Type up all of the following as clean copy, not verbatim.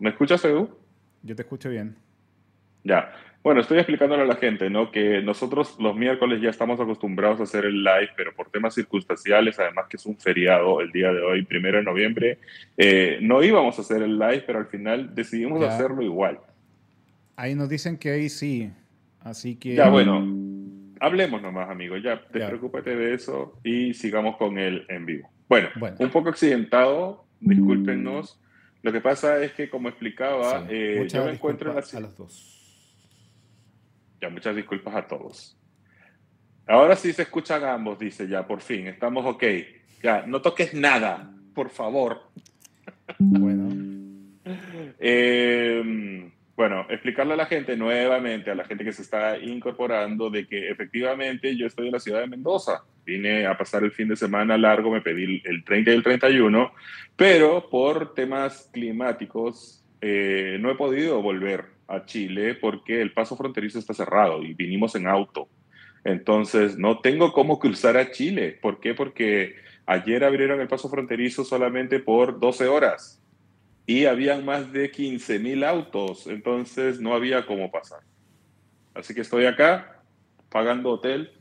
¿Me escuchas, Edu? Yo te escucho bien. Ya. Bueno, estoy explicándole a la gente, ¿no? Que nosotros los miércoles ya estamos acostumbrados a hacer el live, pero por temas circunstanciales, además que es un feriado el día de hoy, 1 de noviembre, no íbamos a hacer el live, pero al final decidimos Ya, hacerlo igual. ahí nos dicen que ahí sí. Así Ya, que, bueno, hablemos nomás, amigos. Ya, ya, despreocúpate de eso y sigamos con el en vivo. Bueno, bueno, un poco accidentado, discúlpenos. Lo que pasa es que, como explicaba, sí. yo Muchas me encuentro en disculpas la... a los dos. Ya, muchas disculpas a todos. Ahora sí se escuchan ambos, dice ya, por fin, estamos ok. Ya, no toques nada, por favor. Bueno, Bueno, explicarle a la gente nuevamente, a la gente que se está incorporando, de que efectivamente yo estoy en la ciudad de Mendoza. Vine a pasar el fin de semana largo, me pedí el 30 y el 31, pero por temas climáticos no he podido volver a Chile porque el paso fronterizo está cerrado y vinimos en auto. Entonces, no tengo cómo cruzar a Chile. ¿Por qué? Porque ayer abrieron el paso fronterizo solamente por 12 horas y habían más de 15.000 autos, entonces no había cómo pasar. Así que estoy acá pagando hotel.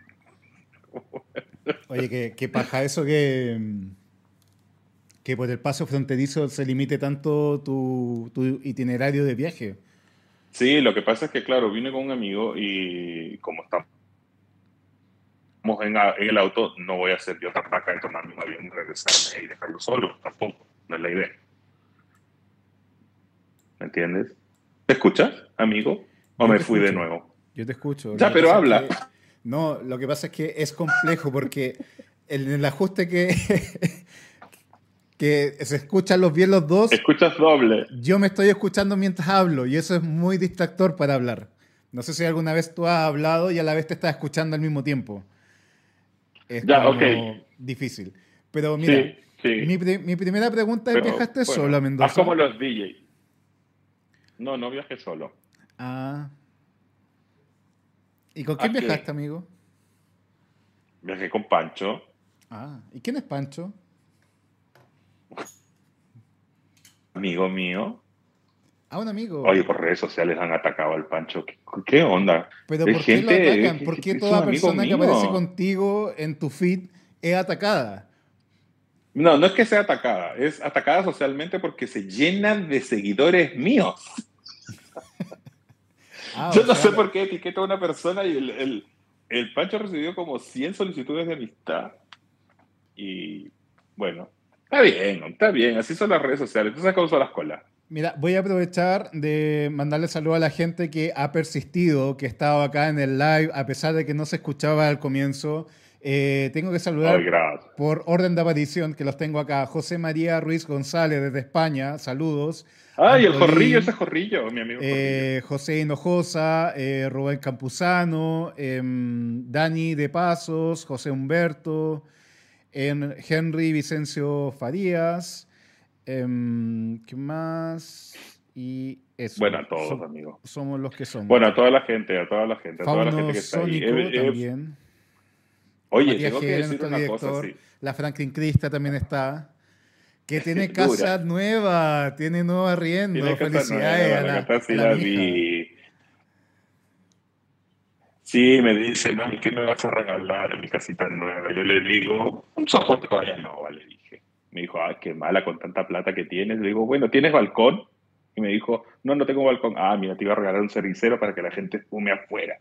oye, qué paja eso que por el paso fronterizo se limite tanto tu itinerario de viaje. Sí, lo que pasa es que, claro, vine con un amigo y como estamos en el auto, no voy a hacer yo otra paca de tomarme un avión y regresarme y dejarlo solo, tampoco, no es la idea. ¿Me entiendes? ¿Me escuchas, amigo? ¿O Yo me te fui de escucho, nuevo? yo te escucho. Lo Ya, que pero pasa es habla. que, no, lo que pasa es que es complejo porque el ajuste que se escuchan los bien los dos, Escuchas doble. yo me estoy escuchando mientras hablo y eso es muy distractor para hablar. No sé si alguna vez tú has hablado y a la vez te estás escuchando al mismo tiempo. Es Ya, ok. como difícil. Pero mira, Sí, sí. mi primera pregunta es, Pero ¿viajaste solo a bueno, haz Mendoza? como los DJ. No, no viajes solo. Ah, ¿y con quién ¿A viajaste, qué? amigo? Viajé con Pancho, Ah, ¿y quién es Pancho? amigo mío. Ah, un amigo. Oye, por redes sociales han atacado al Pancho. ¿Qué onda? Pero Es ¿por qué lo gente, atacan? ¿Por qué es un toda amigo persona que aparece mío. contigo en tu feed es atacada? No, no es que sea atacada, es atacada socialmente porque se llenan de seguidores míos. Ah, Yo o no sé sea, por qué etiqueta a una persona y el Pancho recibió como 100 solicitudes de amistad. Y bueno, está bien, así son las redes sociales. Tú sabes cómo son las colas. mira, voy a aprovechar de mandarle saludo a la gente que ha persistido, que estaba acá en el live, a pesar de que no se escuchaba al comienzo. Tengo que Ay, saludar gracias. por orden de aparición, que los tengo acá. José María Ruiz González desde España, saludos. Ay, el Jorrillo, ese Antolín, Jorrillo, mi amigo Jorrillo. José Hinojosa, Rubén Campuzano, Dani de Pasos, José Humberto, Henry Vicencio Farías. ¿Qué más? Y Bueno, eso, a todos, amigo. somos los que Bueno, somos. a toda la gente, a toda la gente, a toda la gente Fauno que está ahí. Sónico también. Oye, Matías tengo que G, decir nuestro una cosa, director. sí. La Franklin Crista también está. Que tiene Dura. casa nueva, tiene nuevo arriendo. Tiene casa Felicidades nueva, la casa a sí la la mija. vi. Sí, me dice, no, ¿y qué me vas a regalar en mi casita nueva? Yo le digo, un soporte vaya no, le dije. Me dijo, ay, qué mala con tanta plata que tienes. Le digo, bueno, ¿tienes balcón? Y me dijo, no, no tengo balcón. Ah, mira, te iba a regalar un cenicero para que la gente fume afuera.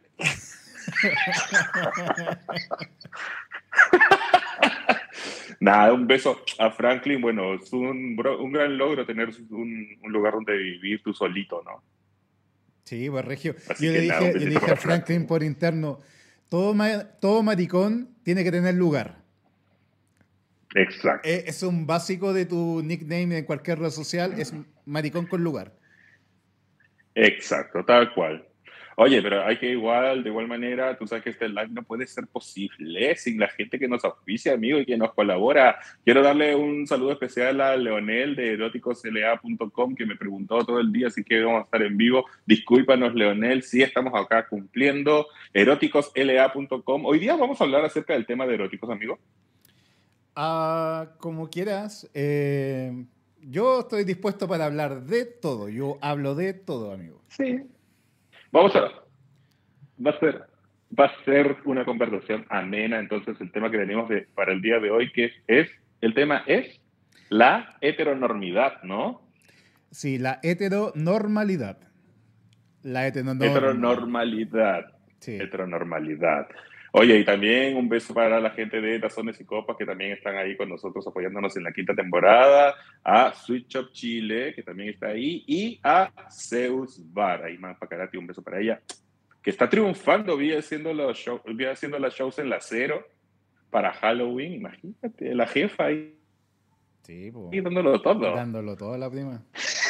Nada, un beso a Franklin. Bueno, es un gran logro tener un lugar donde vivir tú solito, ¿no? Sí, pues Regio. Así que nada, un Yo le besito dije al para Franklin Franklin. por interno, todo maricón tiene que tener lugar. Exacto, Es un básico de tu nickname en cualquier red social, es maricón con lugar. exacto, tal cual. Oye, pero hay que igual, de igual manera, tú sabes que este live no puede ser posible sin la gente que nos auspicia, amigo, y que nos colabora. Quiero darle un saludo especial a Leonel de eroticosla.com que me preguntó todo el día si que vamos a estar en vivo. Discúlpanos, Leonel, sí estamos acá cumpliendo. Eroticosla.com. Hoy día vamos a hablar acerca del tema de eróticos, amigo. Ah, como quieras. Yo estoy dispuesto para hablar de todo. Yo hablo de todo, amigo. Sí. Vamos a, va a ser, va a ser una conversación amena. Entonces, el tema que tenemos para el día de hoy, el tema es la heteronormidad, ¿no? Sí, la heteronormalidad. La heteronorma. Heteronormalidad. Sí. Heteronormalidad. Oye, y también un beso para la gente de Tazones y Copas que también están ahí con nosotros apoyándonos en la quinta temporada, a Sweet Shop Chile, que también está ahí, y a Zeus Bar, ahí man Pacarati, un beso para ella, que está triunfando, vi haciendo las shows en la Cero para Halloween, imagínate, la jefa ahí, Sí, pues. ahí dándolo todo. Dándolo todo a la prima.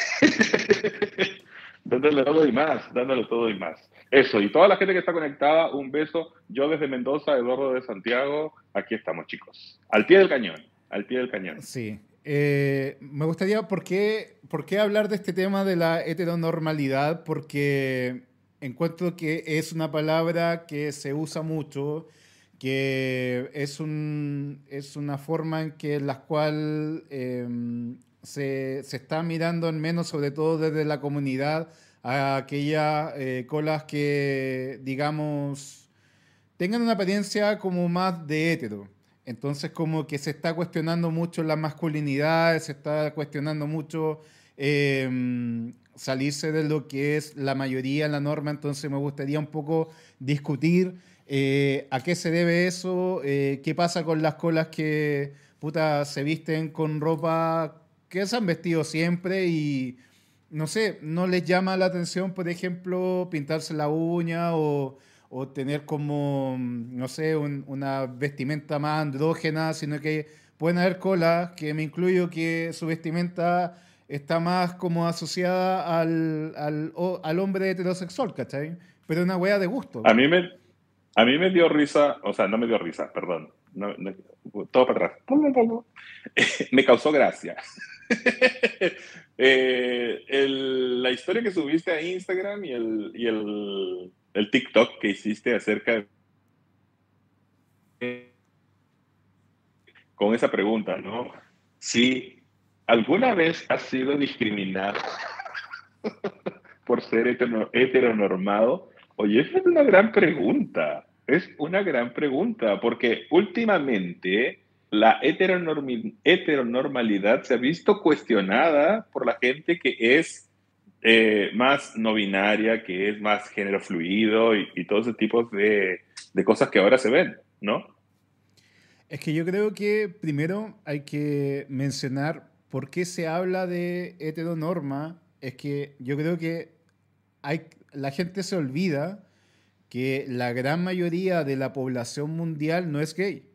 Dándole todo y más, dándole todo y más. Eso, y toda la gente que está conectada, un beso. Yo desde Mendoza, Eduardo de Santiago, aquí estamos, chicos. Al pie del cañón, al pie del cañón. Sí. Me gustaría, por qué hablar de este tema de la heteronormalidad? Porque encuentro que es una palabra que se usa mucho, que es una forma en que la cual se está mirando en menos, sobre todo desde la comunidad, a aquellas colas que, digamos, tengan una apariencia como más de hétero. Entonces como que se está cuestionando mucho la masculinidad, se está cuestionando mucho salirse de lo que es la mayoría, la norma. Entonces me gustaría un poco discutir a qué se debe eso, qué pasa con las colas que puta, se visten con ropa que se han vestido siempre y no sé, no les llama la atención, por ejemplo, pintarse la uña o tener como, no sé, una vestimenta más andrógena, sino que pueden haber colas, que me incluyo, que su vestimenta está más como asociada al hombre heterosexual, ¿cachai? Pero una wea de gusto. A mí me, a mí me dio risa, o sea, no me dio risa, perdón. Todo para atrás. Me causó gracia. La historia que subiste a Instagram el TikTok que hiciste acerca de, con esa pregunta, ¿no? Si alguna vez has sido discriminado por ser heteronormado, oye, esa es una gran pregunta. Es una gran pregunta, porque últimamente la heteronormalidad se ha visto cuestionada por la gente que es más no binaria, que es más género fluido y todo ese tipo de cosas que ahora se ven, ¿no? Es que yo creo que primero hay que mencionar por qué se habla de heteronorma. Es que yo creo que la gente se olvida que la gran mayoría de la población mundial no es gay.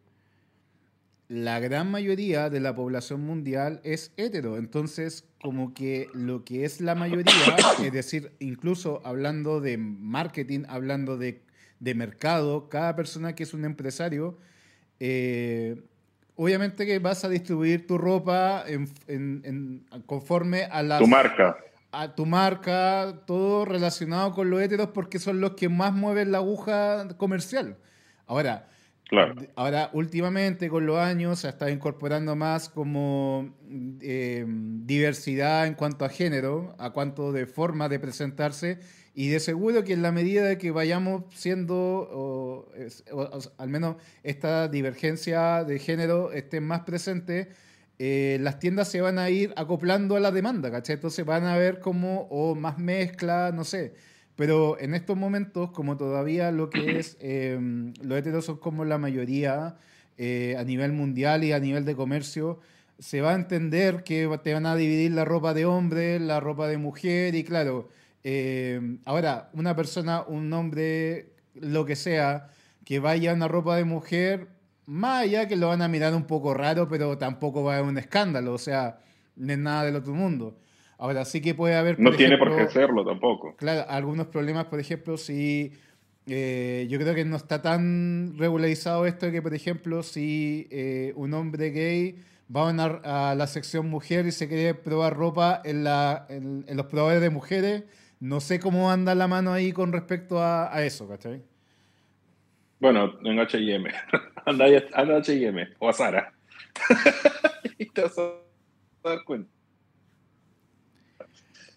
La gran mayoría de la población mundial es hetero. Entonces, como que lo que es la mayoría, es decir, incluso hablando de marketing, hablando de mercado, cada persona que es un empresario, eh, obviamente que vas a distribuir tu ropa conforme Tu marca, a tu marca, todo relacionado con los héteros porque son los que más mueven la aguja comercial. Ahora, claro. últimamente con los años se ha estado incorporando más como diversidad en cuanto a género, a cuanto de forma de presentarse, y de seguro que en la medida de que vayamos siendo, al menos esta divergencia de género esté más presente, las tiendas se van a ir acoplando a la demanda, ¿cachai? Entonces van a ver como, o más mezcla, no sé. Pero en estos momentos, como todavía lo que es, los heteros son como la mayoría a nivel mundial y a nivel de comercio, se va a entender que te van a dividir la ropa de hombre, la ropa de mujer y claro, ahora una persona, un hombre, lo que sea, que vaya a una ropa de mujer, más allá que lo van a mirar un poco raro, pero tampoco va a haber un escándalo, o sea, no es nada del otro mundo. Ahora sí que puede haber, por No tiene por qué ejemplo, serlo tampoco. claro, algunos problemas, por ejemplo, si yo creo que no está tan regularizado esto de que, por ejemplo, si un hombre gay va a la sección mujer y se quiere probar ropa en los probadores de mujeres, no sé cómo anda la mano ahí con respecto a eso, ¿cachai? Bueno, en H&M. Anda a H&M o a Zara. Y te vas a dar cuenta.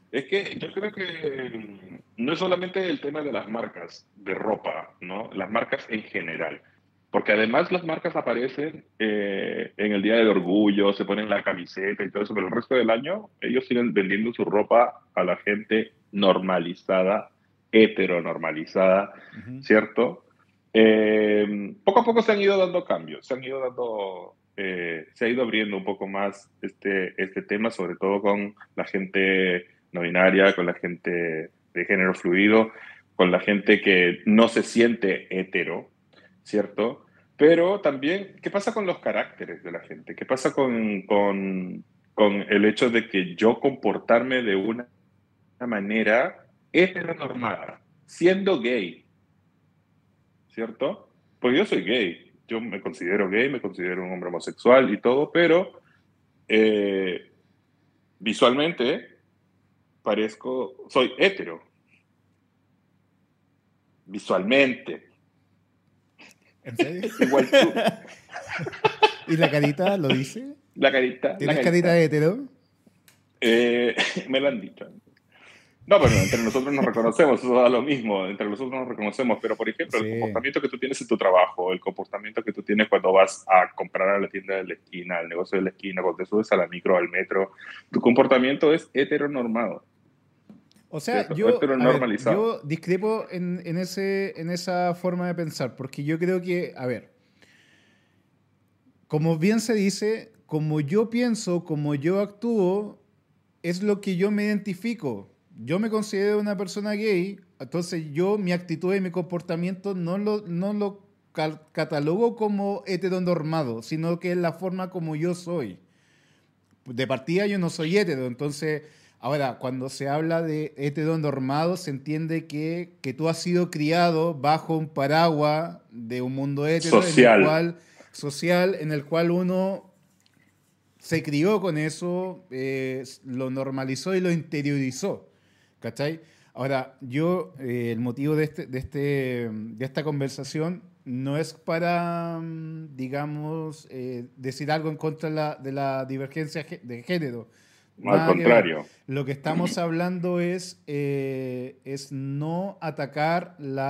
Es que yo creo que no es solamente el tema de las marcas de ropa, ¿no? Las marcas en general. Porque además las marcas aparecen en el Día del Orgullo, se ponen la camiseta y todo eso, pero el resto del año ellos siguen vendiendo su ropa a la gente normalizada, heteronormalizada, Ujú. ¿cierto? Poco a poco se han ido dando cambios, se han ido dando, se ha ido abriendo un poco más este tema, sobre todo con la gente no binaria, con la gente de género fluido, con la gente que no se siente hetero, ¿cierto? Pero también, ¿qué pasa con los caracteres de la gente? ¿Qué pasa con el hecho de que yo comportarme de una manera heteronormada, siendo gay, ¿cierto? Pues yo soy gay, yo me considero gay, me considero un hombre homosexual y todo, pero eh, visualmente soy hetero, visualmente, ¿En serio? igual tú. ¿Y la carita lo dice? La carita, la ¿Tienes carita carita. de hetero? Eh, me lo han dicho. No, pero entre nosotros nos reconocemos, eso da lo mismo, entre nosotros nos reconocemos, pero por ejemplo, el Sí. comportamiento que tú tienes en tu trabajo, el comportamiento que tú tienes cuando vas a comprar a la tienda de la esquina, al negocio de la esquina, cuando te subes a la micro, al metro, tu comportamiento es heteronormado, O sea, ¿cierto? yo, a ver, Heteronormalizado. yo discrepo en esa forma de pensar, porque yo creo que, a ver, como bien se dice, como yo pienso, como yo actúo, es lo que yo me identifico. Yo me considero una persona gay, entonces yo mi actitud y mi comportamiento no lo catalogo como heteronormado, sino que es la forma como yo soy. De partida yo no soy hetero, entonces ahora cuando se habla de heteronormado se entiende que tú has sido criado bajo un paraguas de un mundo hetero Social, social, en el cual uno se crió con eso, lo normalizó y lo interiorizó. ¿Cachai? Ahora, yo, el motivo de esta conversación no es para, digamos, decir algo en contra de la divergencia de género. al Nada que ver. contrario. Lo que estamos hablando es no atacar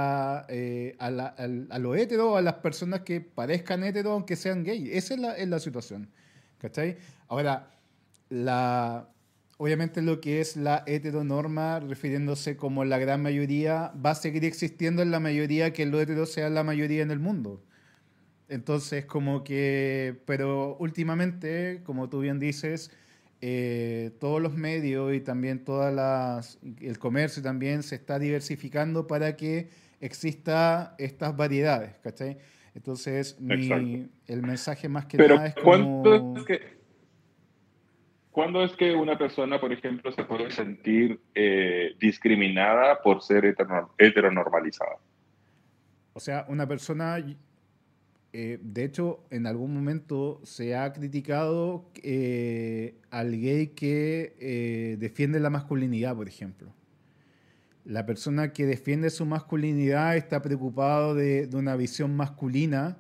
a lo hetero, a las personas que parezcan hetero, aunque sean gay. Esa es la situación. ¿Cachai? Ahora, la, obviamente lo que es la heteronorma, refiriéndose como la gran mayoría, va a seguir existiendo en la mayoría que lo hetero sea la mayoría en el mundo. Entonces, como que, pero últimamente, como tú bien dices, todos los medios y también el comercio también se está diversificando para que exista estas variedades, ¿cachai? Entonces, Exacto. el mensaje más que Pero nada es como. ¿cuándo es que una persona, por ejemplo, se puede sentir discriminada por ser heteronormalizada? O sea, una persona, de hecho, en algún momento se ha criticado al gay que defiende la masculinidad, por ejemplo. La persona que defiende su masculinidad está preocupado de una visión masculina,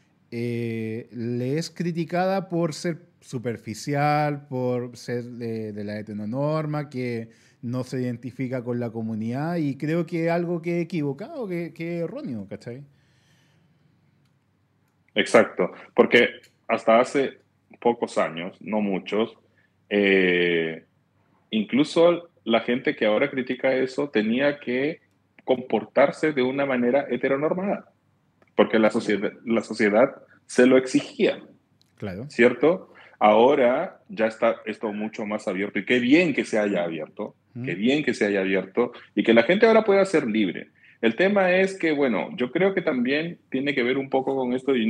le es criticada por ser superficial, por ser de la heteronorma, que no se identifica con la comunidad y creo que es algo que es equivocado, que es erróneo, ¿cachai? Exacto, porque hasta hace pocos años, no muchos, eh, incluso la gente que ahora critica eso tenía que comportarse de una manera heteronormada, porque la sociedad se lo exigía, Claro. ¿cierto? Ahora ya está esto mucho más abierto y qué bien que se haya abierto, qué ¿Mm? bien que se haya abierto y que la gente ahora pueda ser libre. El tema es que, bueno, yo creo que también tiene que ver un poco con esto y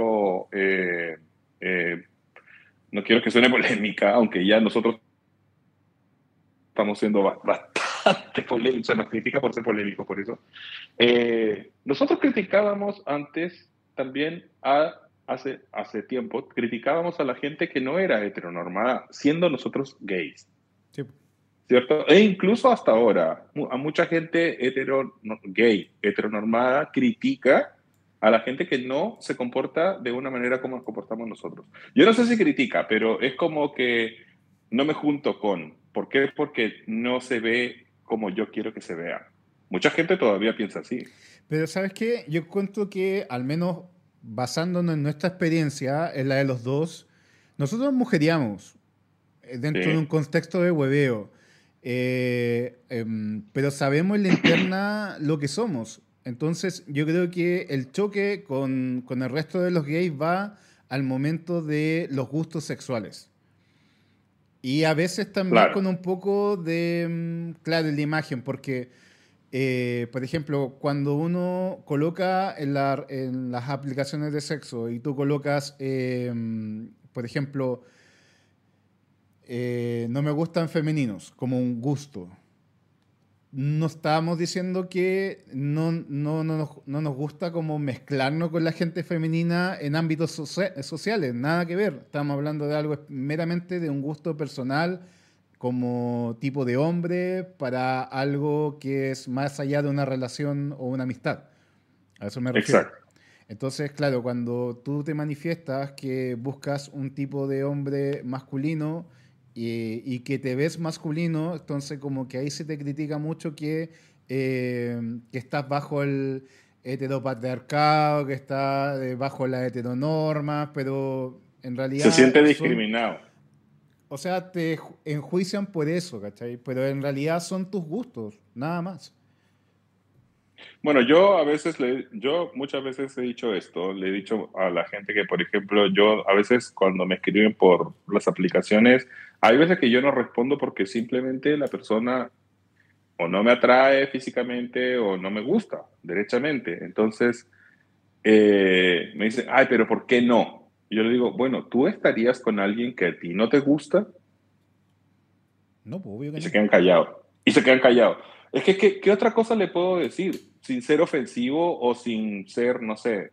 eh, no quiero que suene polémica, aunque ya nosotros estamos siendo bastante polémicos, se nos critica por ser polémicos, por eso. Nosotros criticábamos antes también hace tiempo, criticábamos a la gente que no era heteronormada, siendo nosotros gays, Sí. ¿cierto? E incluso hasta ahora, a mucha gente gay, heteronormada, critica a la gente que no se comporta de una manera como nos comportamos nosotros. Yo no sé si critica, pero es como que no me junto con. ¿Por qué? Porque no se ve como yo quiero que se vea. Mucha gente todavía piensa así. Pero ¿sabes qué? Yo encuentro que, al menos basándonos en nuestra experiencia, en la de los dos, nosotros mujeriamos dentro de un Sí, contexto de hueveo, pero sabemos en la interna lo que somos. Entonces, yo creo que el choque con el resto de los gays va al momento de los gustos sexuales. Y a veces también claro, con un poco de, claro, de la imagen, porque, por ejemplo, cuando uno coloca en las aplicaciones de sexo y tú colocas, por ejemplo, no me gustan femeninos como un gusto, no estábamos diciendo que no nos gusta como mezclarnos con la gente femenina en ámbitos sociales, nada que ver. Estamos hablando de algo meramente de un gusto personal como tipo de hombre para algo que es más allá de una relación o una amistad. A eso me refiero. exacto. Entonces, claro, cuando tú te manifiestas que buscas un tipo de hombre masculino y que te ves masculino, entonces como que ahí se te critica mucho que estás bajo el heteropatriarcado, que estás bajo la heteronorma, pero en Se realidad siente son, discriminado. o sea, te enjuician por eso, ¿cachai? Pero en realidad son tus gustos, nada más. Bueno, yo muchas veces he dicho esto, le he dicho a la gente que, por ejemplo, yo a veces cuando me escriben por las aplicaciones, hay veces que yo no respondo porque simplemente la persona o no me atrae físicamente o no me gusta, derechamente. Entonces, me dicen, ay, pero ¿por qué no? Y yo le digo, bueno, ¿tú estarías con alguien que a ti no te gusta? No, pues obvio que Y se no. quedan callados. Y se quedan callados. Es que, ¿qué otra cosa le puedo decir? Sin ser ofensivo o sin ser, no sé,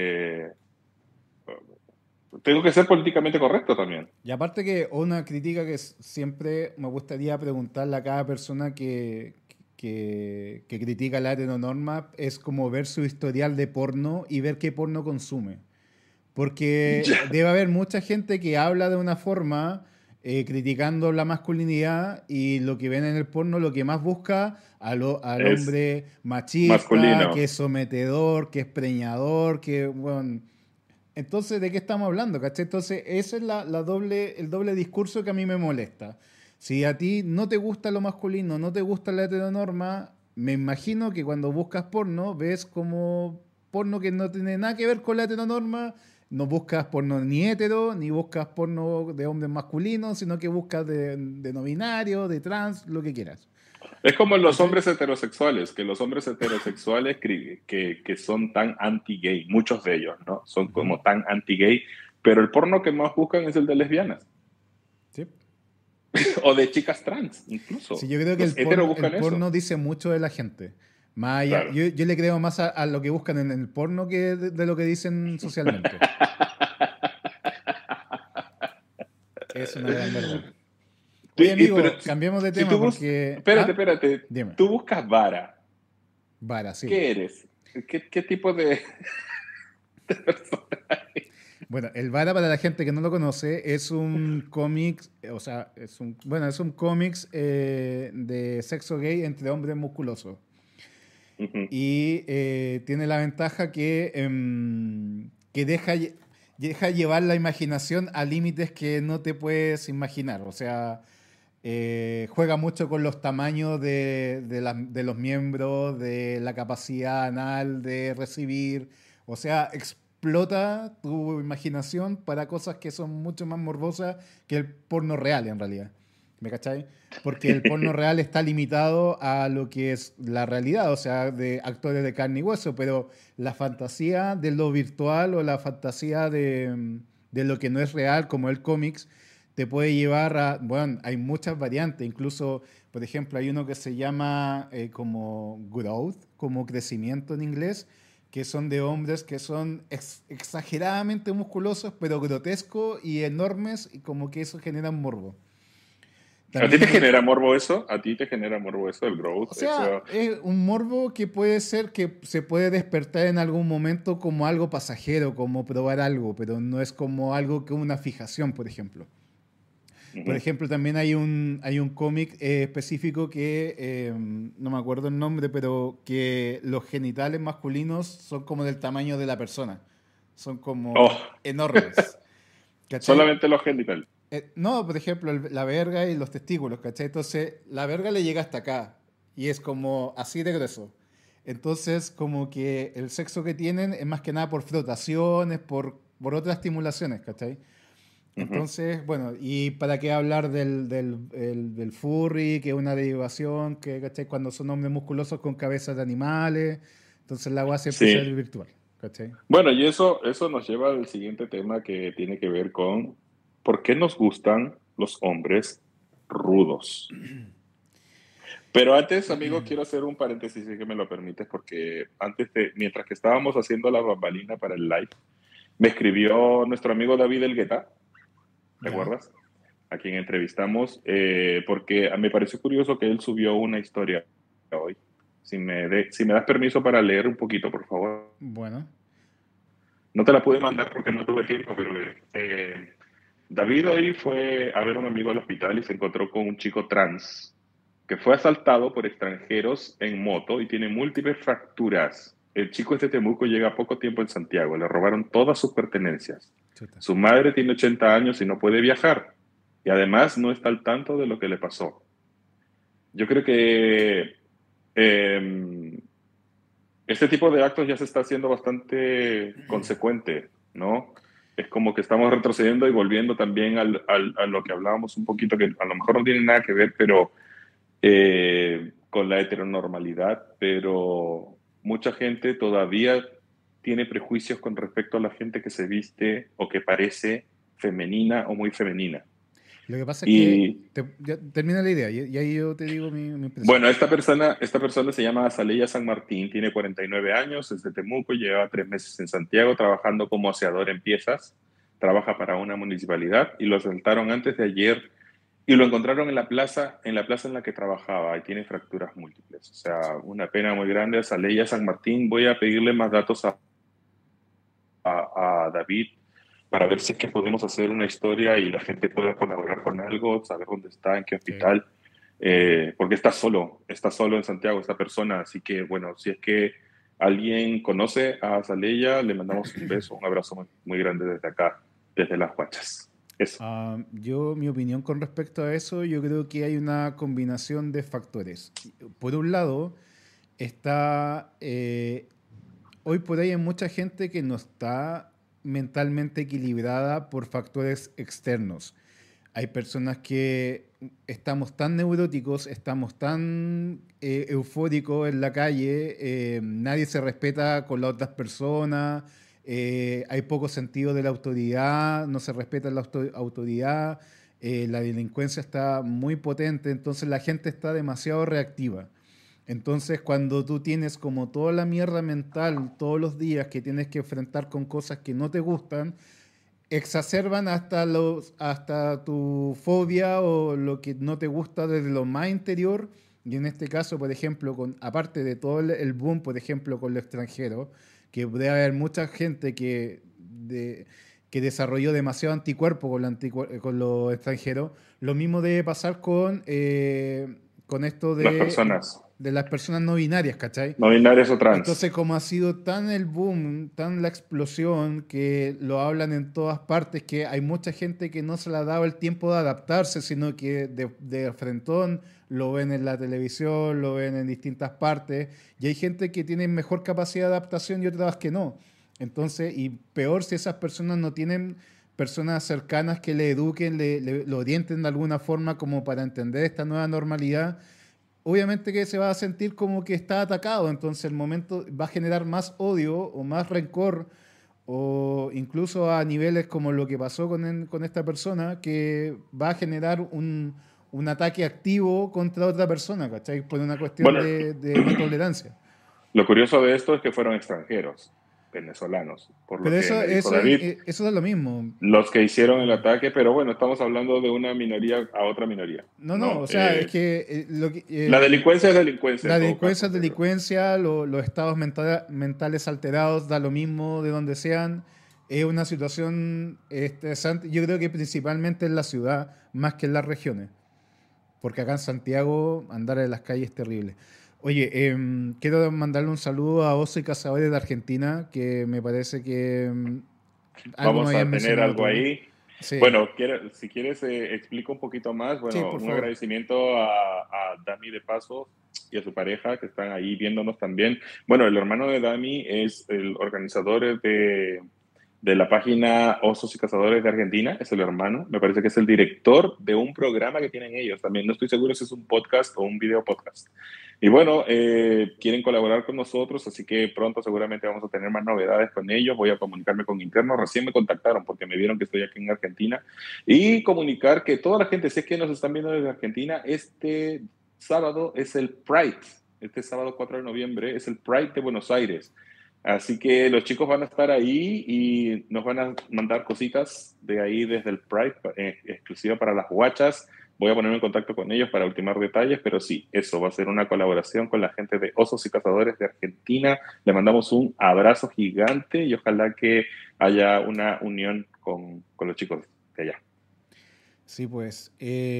tengo que ser políticamente correcto también. Y aparte que una crítica que siempre me gustaría preguntarle a cada persona que critica la heteronorma es como ver su historial de porno y ver qué porno consume. Porque Ya. debe haber mucha gente que habla de una forma criticando la masculinidad y lo que ven en el porno lo que más busca al Es hombre machista, que masculino. es sometedor, que es preñador, que, bueno, entonces, ¿de qué estamos hablando? ¿Cachai? Entonces, ese es el doble discurso que a mí me molesta. Si a ti no te gusta lo masculino, no te gusta la heteronorma, me imagino que cuando buscas porno, ves como porno que no tiene nada que ver con la heteronorma, no buscas porno ni hetero, ni buscas porno de hombres masculinos, sino que buscas de no binario, de trans, lo que quieras. Es como los ¿Cachai? hombres heterosexuales, que los hombres heterosexuales que son tan anti-gay, muchos de ellos, ¿no? Son Ujú. como tan anti-gay, pero el porno que más buscan es el de lesbianas Sí. o de chicas trans, Sí, incluso. yo creo que Los heteros el buscan eso. porno dice mucho de la gente. Más allá, Claro. yo le creo más a lo que buscan en el porno que de lo que dicen socialmente. Es una gran verdad. Oye, Pero amigo, cambiemos de si tema tú buscas, porque... espérate, Ah, espérate, dime. tú buscas vara, Vara, sí. ¿qué eres? ¿Qué tipo de persona eres? Bueno, el Vara, para la gente que no lo conoce, es un cómic, o sea, bueno, es un cómics de sexo gay entre hombres musculosos. Ujú. Y tiene la ventaja que deja llevar la imaginación a límites que no te puedes imaginar. O sea, juega mucho con los tamaños de los miembros, de la capacidad anal de recibir. O sea, explota tu imaginación para cosas que son mucho más morbosas que el porno real en realidad. ¿Me cachai? Porque el porno real está limitado a lo que es la realidad, o sea, de actores de carne y hueso, pero la fantasía de lo virtual o la fantasía de lo que no es real, como el cómics, te puede llevar a, bueno, hay muchas variantes, incluso, por ejemplo, hay uno que se llama como growth, como crecimiento en inglés, que son de hombres que son exageradamente musculosos, pero grotescos y enormes, y como que eso genera un morbo. ¿A ti También te hay, genera morbo eso? ¿A ti te genera morbo eso, el o growth? sea, Eso, es un morbo que puede ser que se puede despertar en algún momento como algo pasajero, como probar algo, pero no es como algo que una fijación, por ejemplo. Por Ujú. ejemplo, también hay un cómic específico que no me acuerdo el nombre, pero que los genitales masculinos son como del tamaño de la persona. Son como Oh, enormes. ¿Cachai? solamente los genitales. No, por ejemplo, la verga y los testículos, ¿cachai? Entonces, la verga le llega hasta acá y es como así de grueso. Entonces, como que el sexo que tienen es más que nada por frotaciones, por otras estimulaciones, ¿cachai? Ujú. Entonces, bueno, y para qué hablar del furry, que es una derivación, que, ¿cachai? Cuando son hombres musculosos con cabezas de animales, entonces la agua siempre se ve Sí. virtual, ¿cachai? Bueno, y eso nos lleva al siguiente tema que tiene que ver con por qué nos gustan los hombres rudos. Pero antes, amigo, quiero hacer un paréntesis, si que me lo permites, porque mientras que estábamos haciendo la bambalina para el live, me escribió nuestro amigo David Elgueta, ¿te Ya. acuerdas? A quien entrevistamos, porque me pareció curioso que él subió una historia hoy. Si me das permiso para leer un poquito, por favor. Bueno, No te la pude mandar porque no tuve tiempo, pero David hoy fue a ver a un amigo al hospital y se encontró con un chico trans que fue asaltado por extranjeros en moto y tiene múltiples fracturas. El chico es de Temuco, llega poco tiempo en Santiago, le robaron todas sus pertenencias. chuta. Su madre tiene 80 años y no puede viajar. Y además no está al tanto de lo que le pasó. Yo creo que este tipo de actos ya se está haciendo bastante consecuente, ¿no? Es como que estamos retrocediendo y volviendo también a lo que hablábamos un poquito, que a lo mejor no tiene nada que ver, pero con la heteronormalidad, pero mucha gente todavía tiene prejuicios con respecto a la gente que se viste o que parece femenina o muy femenina. Lo que pasa es que, Y ya termina la idea, y ahí yo te digo mi impresión. bueno, esta persona se llama Azalea San Martín, tiene 49 años, es de Temuco, lleva 3 meses en Santiago trabajando como aseador en piezas, trabaja para una municipalidad y lo asaltaron antes de ayer y lo encontraron en la plaza en la que trabajaba y tiene fracturas múltiples. O sea, una pena muy grande. Azalea San Martín, voy a pedirle más datos a David para ver si es que podemos hacer una historia y la gente pueda colaborar con algo, saber dónde está, en qué Sí. hospital, porque está solo en Santiago esta persona, así que bueno, si es que alguien conoce a Zaleya, le mandamos un beso, un abrazo muy, muy grande desde acá, desde Las Huachas. Eso. Mi opinión con respecto a eso, yo creo que hay una combinación de factores. Por un lado, está, hoy por hoy hay mucha gente que no está mentalmente equilibrada por factores externos. Hay personas que estamos tan neuróticos, estamos tan eufóricos en la calle, nadie se respeta con las otras personas, hay poco sentido de la autoridad, no se respeta la autoridad, la delincuencia está muy potente, entonces la gente está demasiado reactiva. Entonces, cuando tú tienes como toda la mierda mental todos los días que tienes que enfrentar con cosas que no te gustan, exacerban hasta tu fobia o lo que no te gusta desde lo más interior. Y en este caso, por ejemplo, aparte de todo el boom, por ejemplo, con lo extranjero, que debe haber mucha gente que desarrolló demasiado anticuerpo con lo extranjero, lo mismo debe pasar con esto Las personas de las personas no binarias, ¿cachai? no binarias o trans. Entonces, como ha sido tan el boom, tan la explosión, que lo hablan en todas partes, que hay mucha gente que no se le ha dado el tiempo de adaptarse, sino que de frentón lo ven en la televisión, lo ven en distintas partes, y hay gente que tiene mejor capacidad de adaptación y otras que no. Entonces, y peor si esas personas no tienen personas cercanas que le eduquen, lo orienten de alguna forma como para entender esta nueva normalidad, obviamente que se va a sentir como que está atacado, entonces el momento va a generar más odio o más rencor o incluso a niveles como lo que pasó con esta persona, que va a generar un ataque activo contra otra persona, ¿cachai? Por una cuestión Bueno, de no tolerancia. lo curioso de esto es que fueron extranjeros, venezolanos, por lo Pero que me dijo David. eso es lo mismo. Los que hicieron el ataque, pero bueno, estamos hablando de una minoría a otra minoría, No, no, ¿no? o sea, es que, La delincuencia es delincuencia la en todo delincuencia caso, es pero delincuencia, los estados mentales alterados, da lo mismo de donde sean. es una situación estresante. Yo creo que principalmente en la ciudad, más que en las regiones. Porque acá en Santiago andar en las calles es terrible. Oye, quiero mandarle un saludo a Oso y Cazadores de Argentina, que me parece que algo me Vamos habían a tener mencionado algo tú. ahí. Sí, Bueno, si quieres, explico un poquito más. sí, Bueno, por un favor. agradecimiento a Dami de Paso y a su pareja que están ahí viéndonos también. Bueno, el hermano de Dami es el organizador de la página Osos y Cazadores de Argentina, es el hermano. Me parece que es el director de un programa que tienen ellos también. No estoy seguro si es un podcast o un video podcast. Y bueno, quieren colaborar con nosotros, así que pronto seguramente vamos a tener más novedades con ellos. Voy a comunicarme con internos. Recién me contactaron porque me vieron que estoy aquí en Argentina. Y comunicar que toda la gente, sé que nos están viendo desde Argentina, este sábado es el Pride. Este sábado 4 de noviembre es el Pride de Buenos Aires. Así que los chicos van a estar ahí y nos van a mandar cositas de ahí desde el Pride, exclusiva para las guachas. Voy a ponerme en contacto con ellos para ultimar detalles, pero sí, eso va a ser una colaboración con la gente de Osos y Cazadores de Argentina. Le mandamos un abrazo gigante y ojalá que haya una unión con los chicos de allá. Sí, pues.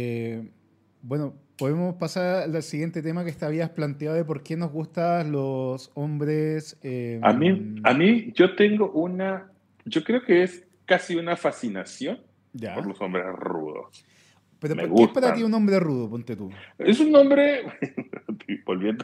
Bueno, podemos pasar al siguiente tema que te habías planteado de por qué nos gustan los hombres. Yo tengo yo creo que es casi una fascinación por Ya. los hombres rudos. Pero Me ¿por qué es para ti gustan. un hombre rudo? Ponte tú. Es un hombre, volviendo,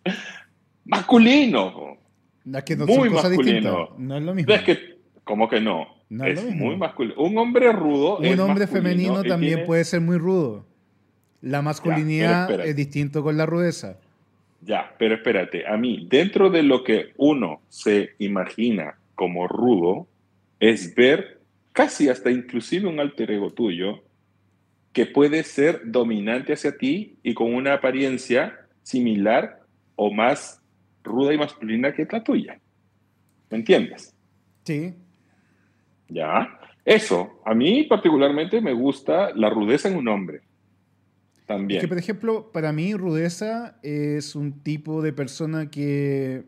masculino, Es que no, son muy cosas distintas. masculino. No es lo Es mismo. que, ¿cómo que no? No es lo Es muy mismo. masculino. Un hombre rudo Un es hombre masculino femenino y también tiene, puede ser muy rudo. La ya, pero masculinidad es espérate, distinto con la rudeza. ya, pero espérate. A mí, dentro de lo que uno se imagina como rudo, es ver casi hasta inclusive un alter ego tuyo que puede ser dominante hacia ti y con una apariencia similar o más ruda y masculina que la tuya. ¿Me entiendes? Sí. Ya. Eso, a mí particularmente me gusta la rudeza en un hombre Es que, por también. ejemplo, para mí rudeza es un tipo de persona que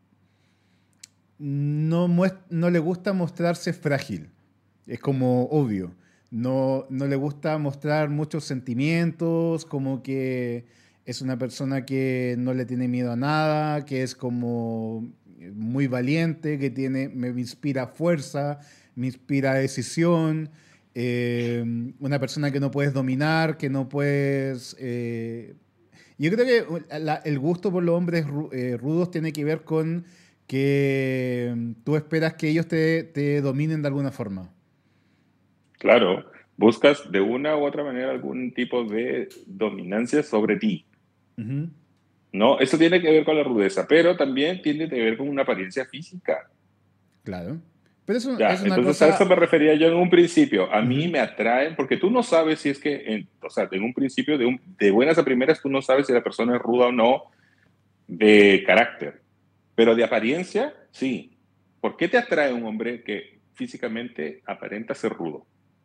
no le gusta mostrarse frágil. Es como obvio. No le gusta mostrar muchos sentimientos, como que es una persona que no le tiene miedo a nada, que es como muy valiente, me inspira fuerza, me inspira decisión. Una persona que no puedes dominar, que no puedes... yo creo que el gusto por los hombres rudos tiene que ver con que tú esperas que ellos te dominen de alguna forma. Claro, buscas de una u otra manera algún tipo de dominancia sobre ti. Ujú. No, eso tiene que ver con la rudeza, pero también tiene que ver con una apariencia física. Claro. Pero eso Ya, es una entonces a eso cosa. me refería yo en un principio. A mí Ujú. me atraen, porque tú no sabes si es que, o sea, en un principio, de buenas a primeras, tú no sabes si la persona es ruda o no de carácter, pero de apariencia, sí. ¿Por qué te atrae un hombre que físicamente aparenta ser rudo?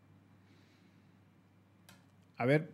A ver,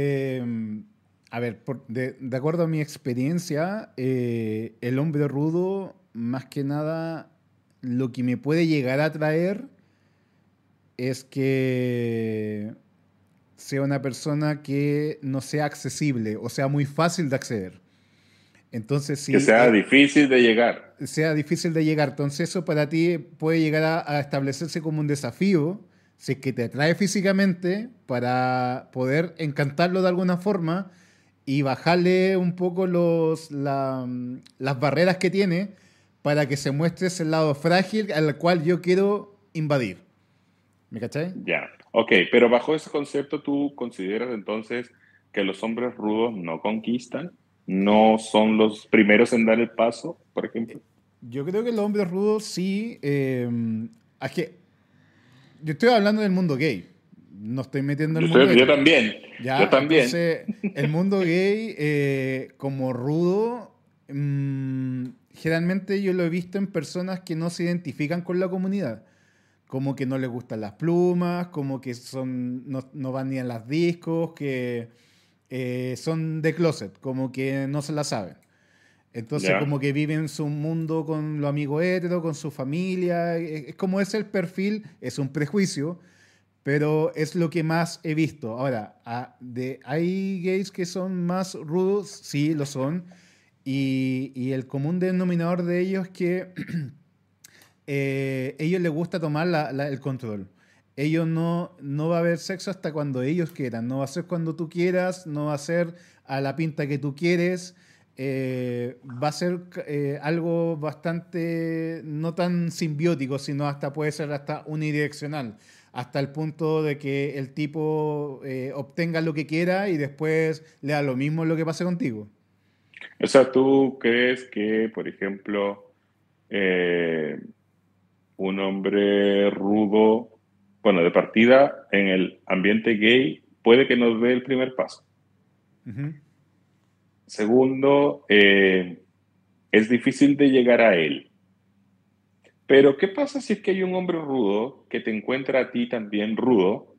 de acuerdo a mi experiencia, el hombre rudo, más que nada, lo que me puede llegar a atraer es que sea una persona que no sea accesible o sea muy fácil de acceder. Entonces, Que si sea difícil de llegar. sea difícil de llegar, entonces eso para ti puede llegar a establecerse como un desafío, si es que te atrae físicamente, para poder encantarlo de alguna forma y bajarle un poco las barreras que tiene para que se muestre ese lado frágil al cual yo quiero invadir. ¿Me cachai? Ya, ok, pero bajo ese concepto, ¿tú consideras entonces que los hombres rudos no conquistan? ¿No son los primeros en dar el paso, por ejemplo? Yo creo que los hombres rudos sí. Es que yo estoy hablando del mundo gay. No estoy metiendo el mundo Yo hetero. también, yo Ya, también. entonces, el mundo gay, como rudo, generalmente yo lo he visto en personas que no se identifican con la comunidad. Como que no les gustan las plumas, como que no van ni a las discos, que son de closet, como que no se la saben. Entonces ya. como que viven su mundo con los amigos héteros, con su familia. Es como es el perfil, es un prejuicio, pero es lo que más he visto. Ahora, hay gays que son más rudos, sí, lo son. Y el común denominador de ellos es que ellos les gusta tomar el control. Ellos no va a haber sexo hasta cuando ellos quieran. No va a ser cuando tú quieras, no va a ser a la pinta que tú quieres. Va a ser algo bastante no tan simbiótico, sino hasta puede ser hasta unidireccional, hasta el punto de que el tipo obtenga lo que quiera y después le da lo mismo lo que pase contigo. O sea, ¿tú crees que, por ejemplo, eh, un hombre rudo, bueno, de partida en el ambiente gay, puede que nos dé el primer paso? Ujú. Segundo, es difícil de llegar a él. Pero, ¿qué pasa si es que hay un hombre rudo que te encuentra a ti también rudo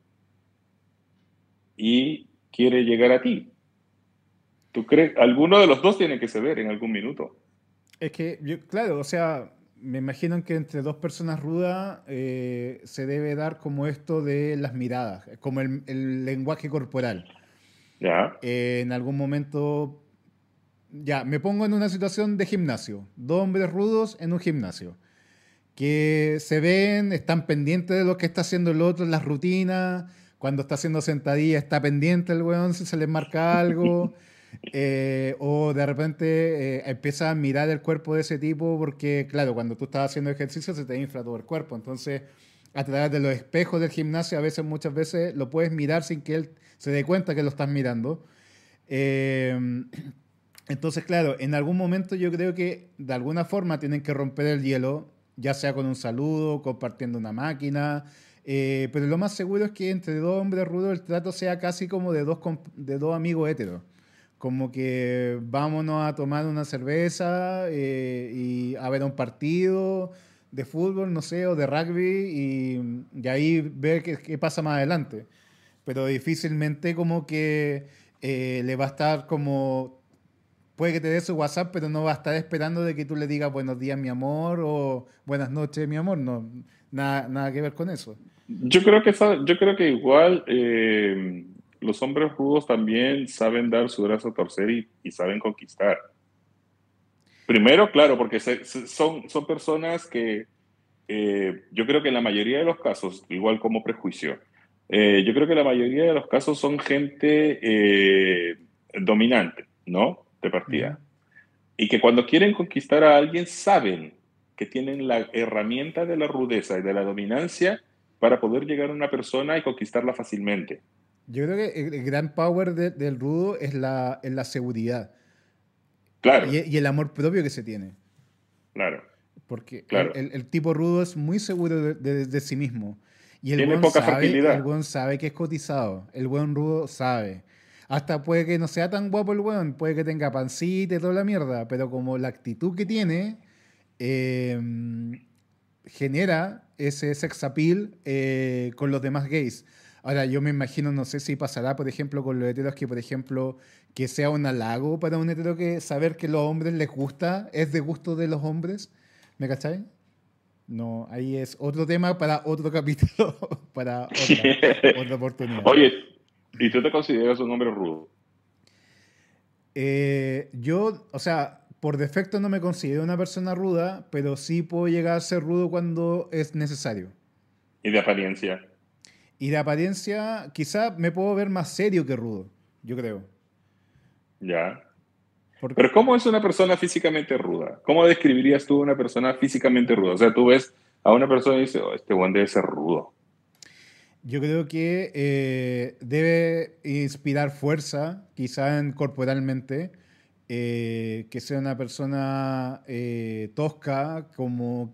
y quiere llegar a ti? ¿Tú crees? Alguno de los dos tiene que ceder en algún minuto. Es que, claro, o sea, me imagino que entre dos personas rudas se debe dar como esto de las miradas, como el lenguaje corporal. ¿Ya? En algún momento, ya, me pongo en una situación de gimnasio, dos hombres rudos en un gimnasio, que se ven, están pendientes de lo que está haciendo el otro en las rutinas, cuando está haciendo sentadilla está pendiente el weón si se le marca algo. O de repente empiezas a mirar el cuerpo de ese tipo porque, claro, cuando tú estás haciendo ejercicio se te infla todo el cuerpo. Entonces, a través de los espejos del gimnasio, a veces, muchas veces, lo puedes mirar sin que él se dé cuenta que lo estás mirando. Eh, entonces, claro, en algún momento yo creo que de alguna forma tienen que romper el hielo, ya sea con un saludo, compartiendo una máquina. Pero lo más seguro es que entre dos hombres rudos el trato sea casi como de dos amigos héteros. Como que vámonos a tomar una cerveza y a ver un partido de fútbol, no sé, o de rugby y ahí ver qué pasa más adelante. Pero difícilmente como que le va a estar como, puede que te dé su WhatsApp, pero no va a estar esperando de que tú le digas buenos días, mi amor, o buenas noches, mi amor. No, nada que ver con eso. Yo creo que igual los hombres rudos también saben dar su brazo a torcer y saben conquistar. Primero, claro, porque son personas que yo creo que en la mayoría de los casos, igual como prejuicio, yo creo que la mayoría de los casos son gente dominante, ¿no? De Ujú. partida. Y que cuando quieren conquistar a alguien saben que tienen la herramienta de la rudeza y de la dominancia para poder llegar a una persona y conquistarla fácilmente. Yo creo que el gran power del rudo es la seguridad Claro, y el amor propio que se tiene. claro, Porque claro. el tipo rudo es muy seguro de sí mismo. Y Tiene poca el fragilidad. buen sabe que es cotizado. El buen rudo sabe. Hasta puede que no sea tan guapo el buen, puede que tenga pancita y toda la mierda, pero como la actitud que tiene eh, genera ese sex appeal con los demás gays. Ahora, yo me imagino, no sé si pasará, por ejemplo, con los heteros que, por ejemplo, que sea un halago para un hetero que saber que los hombres les gusta, es de gusto de los hombres. ¿Me cachai? No, ahí es otro tema para otro capítulo, para otra oportunidad. Oye, ¿y tú te consideras un hombre rudo? Yo, o sea, por defecto no me considero una persona ruda, pero sí puedo llegar a ser rudo cuando es necesario. Y de apariencia. Y de apariencia, quizá me puedo ver más serio que rudo, yo creo. Ya. Por- Pero ¿cómo es una persona físicamente ruda? ¿Cómo describirías tú una persona físicamente ruda? O sea, tú ves a una persona y dices, oh, este buen debe ser rudo. yo creo que debe inspirar fuerza, quizá corporalmente, que sea una persona tosca, como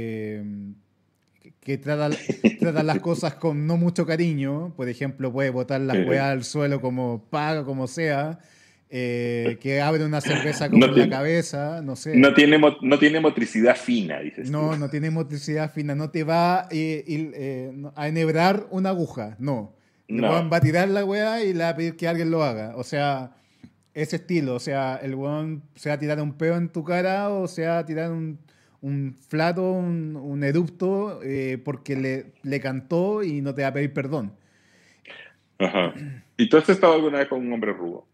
que trata las cosas con no mucho cariño. Por ejemplo, puede botar las weas al suelo como paga, como sea. Que abre una cerveza como No en la tiene, cabeza, no sé. no tiene motricidad fina, dices tú. No tiene motricidad fina, no te va a enhebrar una aguja, no. El No. weón va a tirar la weá y le va a pedir que alguien lo haga. O sea, ese estilo, o sea, el weón se va a tirar un peo en tu cara o se va a tirar un flato, un erupto, porque le cantó y no te va a pedir perdón. Ajá. ¿Y tú has estado alguna vez con un hombre rudo?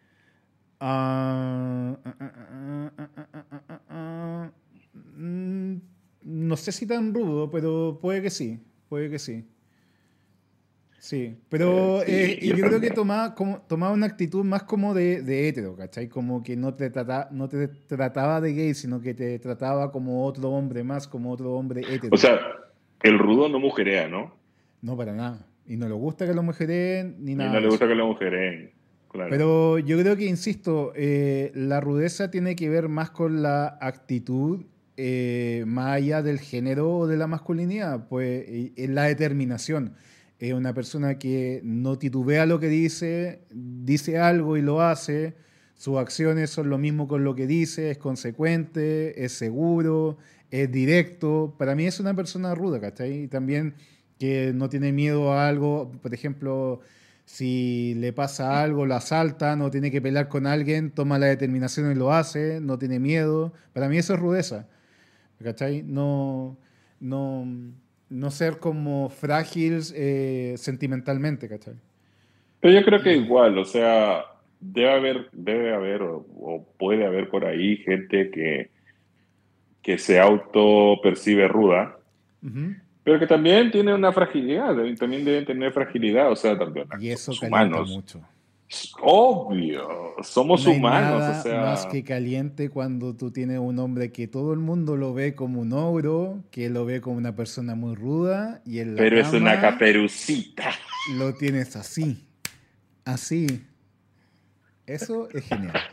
Ah, ah, ah, ah, ah, ah, ah, ah, ah, ah. Mm, no sé si tan rudo, pero puede que sí, puede que sí. Sí, pero Sí, y yo yo creo que también. tomaba una actitud más como de hetero, ¿cachai? Como que no te trataba de gay, sino que te trataba como otro hombre más, como otro hombre O hetero. sea, el rudo no mujerea, ¿no? No, para nada. Y no le gusta que lo mujereen ni Y no nada de le eso. gusta que la mujereen. Claro. Pero yo creo que, insisto, la rudeza tiene que ver más con la actitud, más allá del género o de la masculinidad, pues es la determinación. Es una persona que no titubea lo que dice, dice algo y lo hace, sus acciones son lo mismo con lo que dice, es consecuente, es seguro, es directo. Para mí es una persona ruda, ¿cachai? Y también que no tiene miedo a algo, por ejemplo, si le pasa algo, lo asaltan o tiene que pelear con alguien, toma la determinación y lo hace, no tiene miedo. Para mí eso es rudeza, ¿cachai? No, no ser como frágil, sentimentalmente, ¿cachai? Pero yo creo que igual, o sea, debe haber o puede haber por ahí gente que se auto percibe ruda, Ujú. pero que también tiene una fragilidad, también deben tener fragilidad, o sea, también Y eso somos calienta humanos. mucho. Obvio, somos No hay humanos, o nada más sea, que caliente cuando tú tienes un hombre que todo el mundo lo ve como un ogro, que lo ve como una persona muy ruda, y en la pero es una cama caperucita. lo tienes así, así. Eso es genial.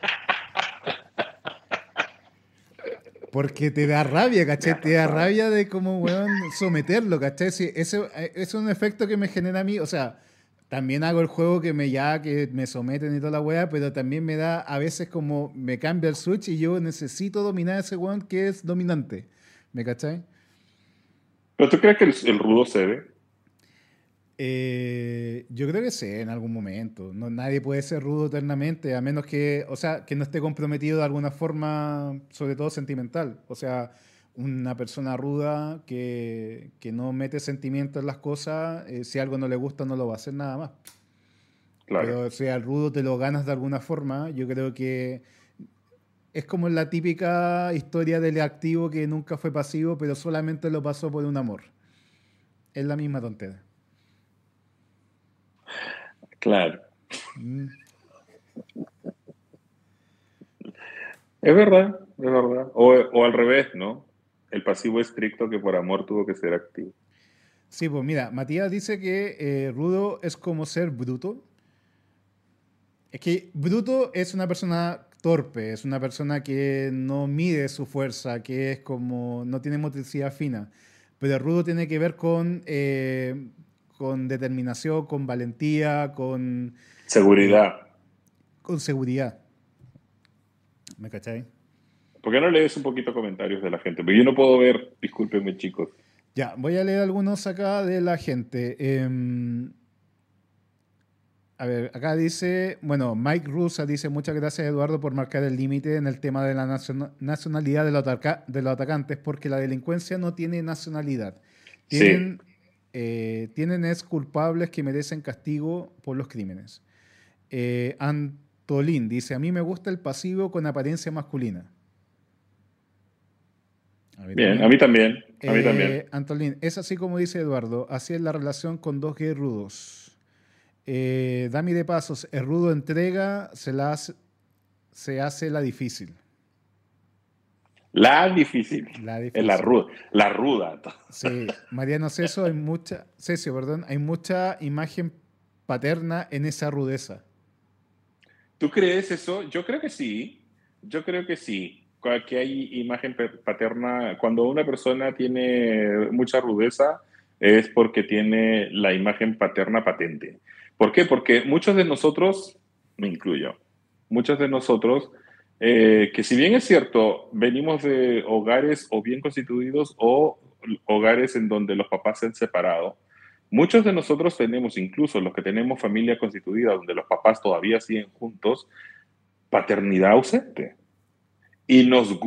Porque te da rabia, Me ¿cachai? ha Te da pasado. rabia de cómo, weón, someterlo, ¿cachai? Sí, eso es un efecto que me genera a mí. O sea, también hago el juego que me someten y toda la weá, pero también me da a veces como me cambia el switch y yo necesito dominar a ese weón que es dominante. ¿Me cachai? ¿Pero tú crees que el rudo cede? Yo creo que sí, en algún momento. No, nadie puede ser rudo eternamente, a menos que, o sea, que no esté comprometido de alguna forma, sobre todo sentimental. O sea, una persona ruda que no mete sentimiento en las cosas, si algo no le gusta, no lo va a hacer nada más. Claro, Pero si al rudo te lo ganas de alguna forma, yo creo que es como la típica historia del activo que nunca fue pasivo, pero solamente lo pasó por un amor. Es la misma tontera. claro. Mm. Es verdad, es verdad. O al revés, ¿no? El pasivo estricto que por amor tuvo que ser activo. Sí, pues mira, Matías dice que rudo es como ser bruto. Es que bruto es una persona torpe, es una persona que no mide su fuerza, que es como, no tiene motricidad fina. Pero rudo tiene que ver con determinación, con valentía, eh, Seguridad. con seguridad. ¿Me cachai? ¿Por qué no lees un poquito comentarios de la gente? Porque yo no puedo ver, discúlpenme chicos. Ya, voy a leer algunos acá de la gente. A ver, acá dice, bueno, Mike Rusa dice, muchas gracias Eduardo por marcar el límite en el tema de la nacionalidad de los atacantes, porque la delincuencia no tiene nacionalidad. Sí, Tienen, tienen es culpables que merecen castigo por los crímenes. Antolín dice, a mí me gusta el pasivo con apariencia masculina. A mí bien, a también. mí también, a mí también. Antolín, es así como dice Eduardo, así es la relación con dos gays rudos. Dami de Pasos, el rudo entrega, se hace la difícil. La difícil, La es difícil. la ruda. Sí, Mariano Cesio, perdón, hay mucha imagen paterna en esa rudeza. ¿Tú crees eso? Yo creo que sí, yo creo que sí. Que hay imagen paterna, cuando una persona tiene mucha rudeza, es porque tiene la imagen paterna patente. ¿Por qué? Porque muchos de nosotros, me incluyo, muchos de nosotros, que si bien es cierto, venimos de hogares o bien constituidos o hogares en donde los papás se han separado, muchos de nosotros tenemos, incluso los que tenemos familia constituida, donde los papás todavía siguen juntos, paternidad ausente. Y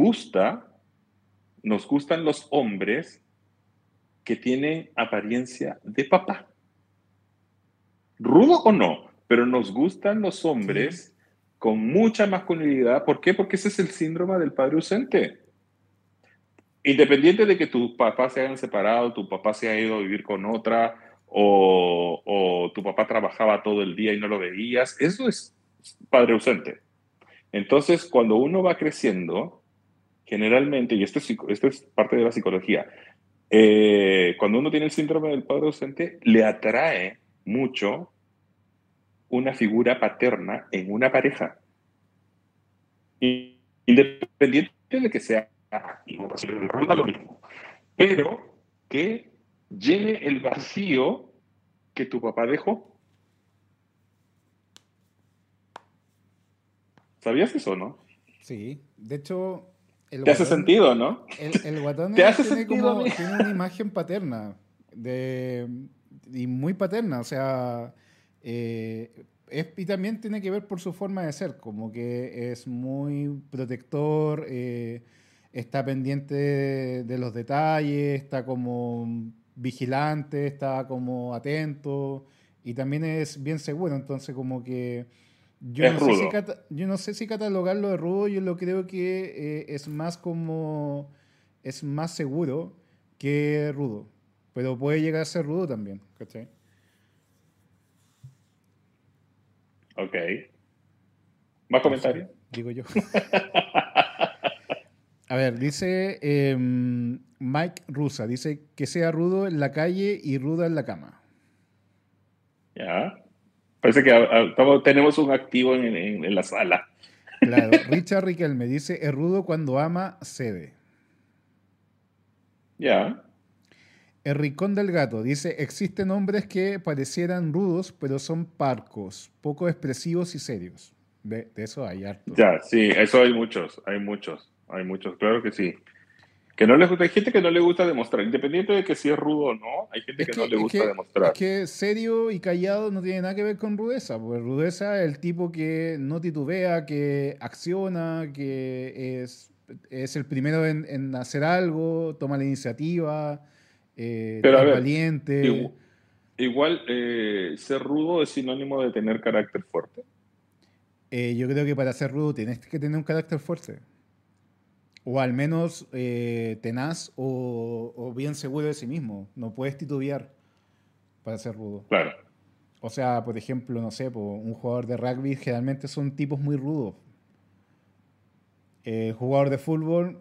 nos gustan los hombres que tienen apariencia de papá. Rudo o no, pero nos gustan los Sí. hombres con mucha masculinidad. ¿Por qué? Porque ese es el síndrome del padre ausente. Independiente de que tus papás se hayan separado, tu papá se ha ido a vivir con otra, o tu papá trabajaba todo el día y no lo veías, eso es padre ausente. Entonces, cuando uno va creciendo, generalmente, y esto es parte de la psicología, cuando uno tiene el síndrome del padre ausente, le atrae mucho una figura paterna en una pareja. Independiente de que sea activo, pasivo, lo mismo. Pero que llene el vacío que tu papá dejó. ¿Sabías eso, no? Sí. De hecho, el ¿Te hace guatón, sentido, no? el guatón ¿Te hace tiene sentido a mí? como, tiene una imagen paterna de, y muy paterna, o sea, y también tiene que ver por su forma de ser, como que es muy protector, está pendiente de los detalles, está como vigilante, está como atento y también es bien seguro, entonces como que Es rudo. yo no sé si catalogarlo de rudo, yo lo creo que es más como, es más seguro que rudo, pero puede llegar a ser rudo también, ¿cachai? Ok. ¿Más No sé, comentarios? digo yo. A ver, dice Mike Rusa, dice que sea rudo en la calle y ruda en la cama. Ya. Parece que tenemos un activo en la sala. Claro, Richard Riquelme dice, es rudo cuando ama, cede. Ya. El Rincón del Gato dice, existen hombres que parecieran rudos, pero son parcos, poco expresivos y serios. De eso hay hartos. Ya, sí, eso hay muchos, claro que sí. Que no les gusta, hay gente que no le gusta demostrar, independiente de que si es rudo o no, hay gente que no le gusta Es demostrar. que serio y callado no tiene nada que ver con rudeza, porque rudeza es el tipo que no titubea, que acciona, es el primero en hacer algo, toma la iniciativa, Pero a es ver, valiente. igu- igual, ser rudo es sinónimo de tener carácter fuerte. Yo creo que para ser rudo tienes que tener un carácter fuerte. O al menos tenaz o bien seguro de sí mismo. No puedes titubear para ser rudo. Claro. O sea, por ejemplo, no sé, un jugador de rugby generalmente son tipos muy rudos. El jugador de fútbol,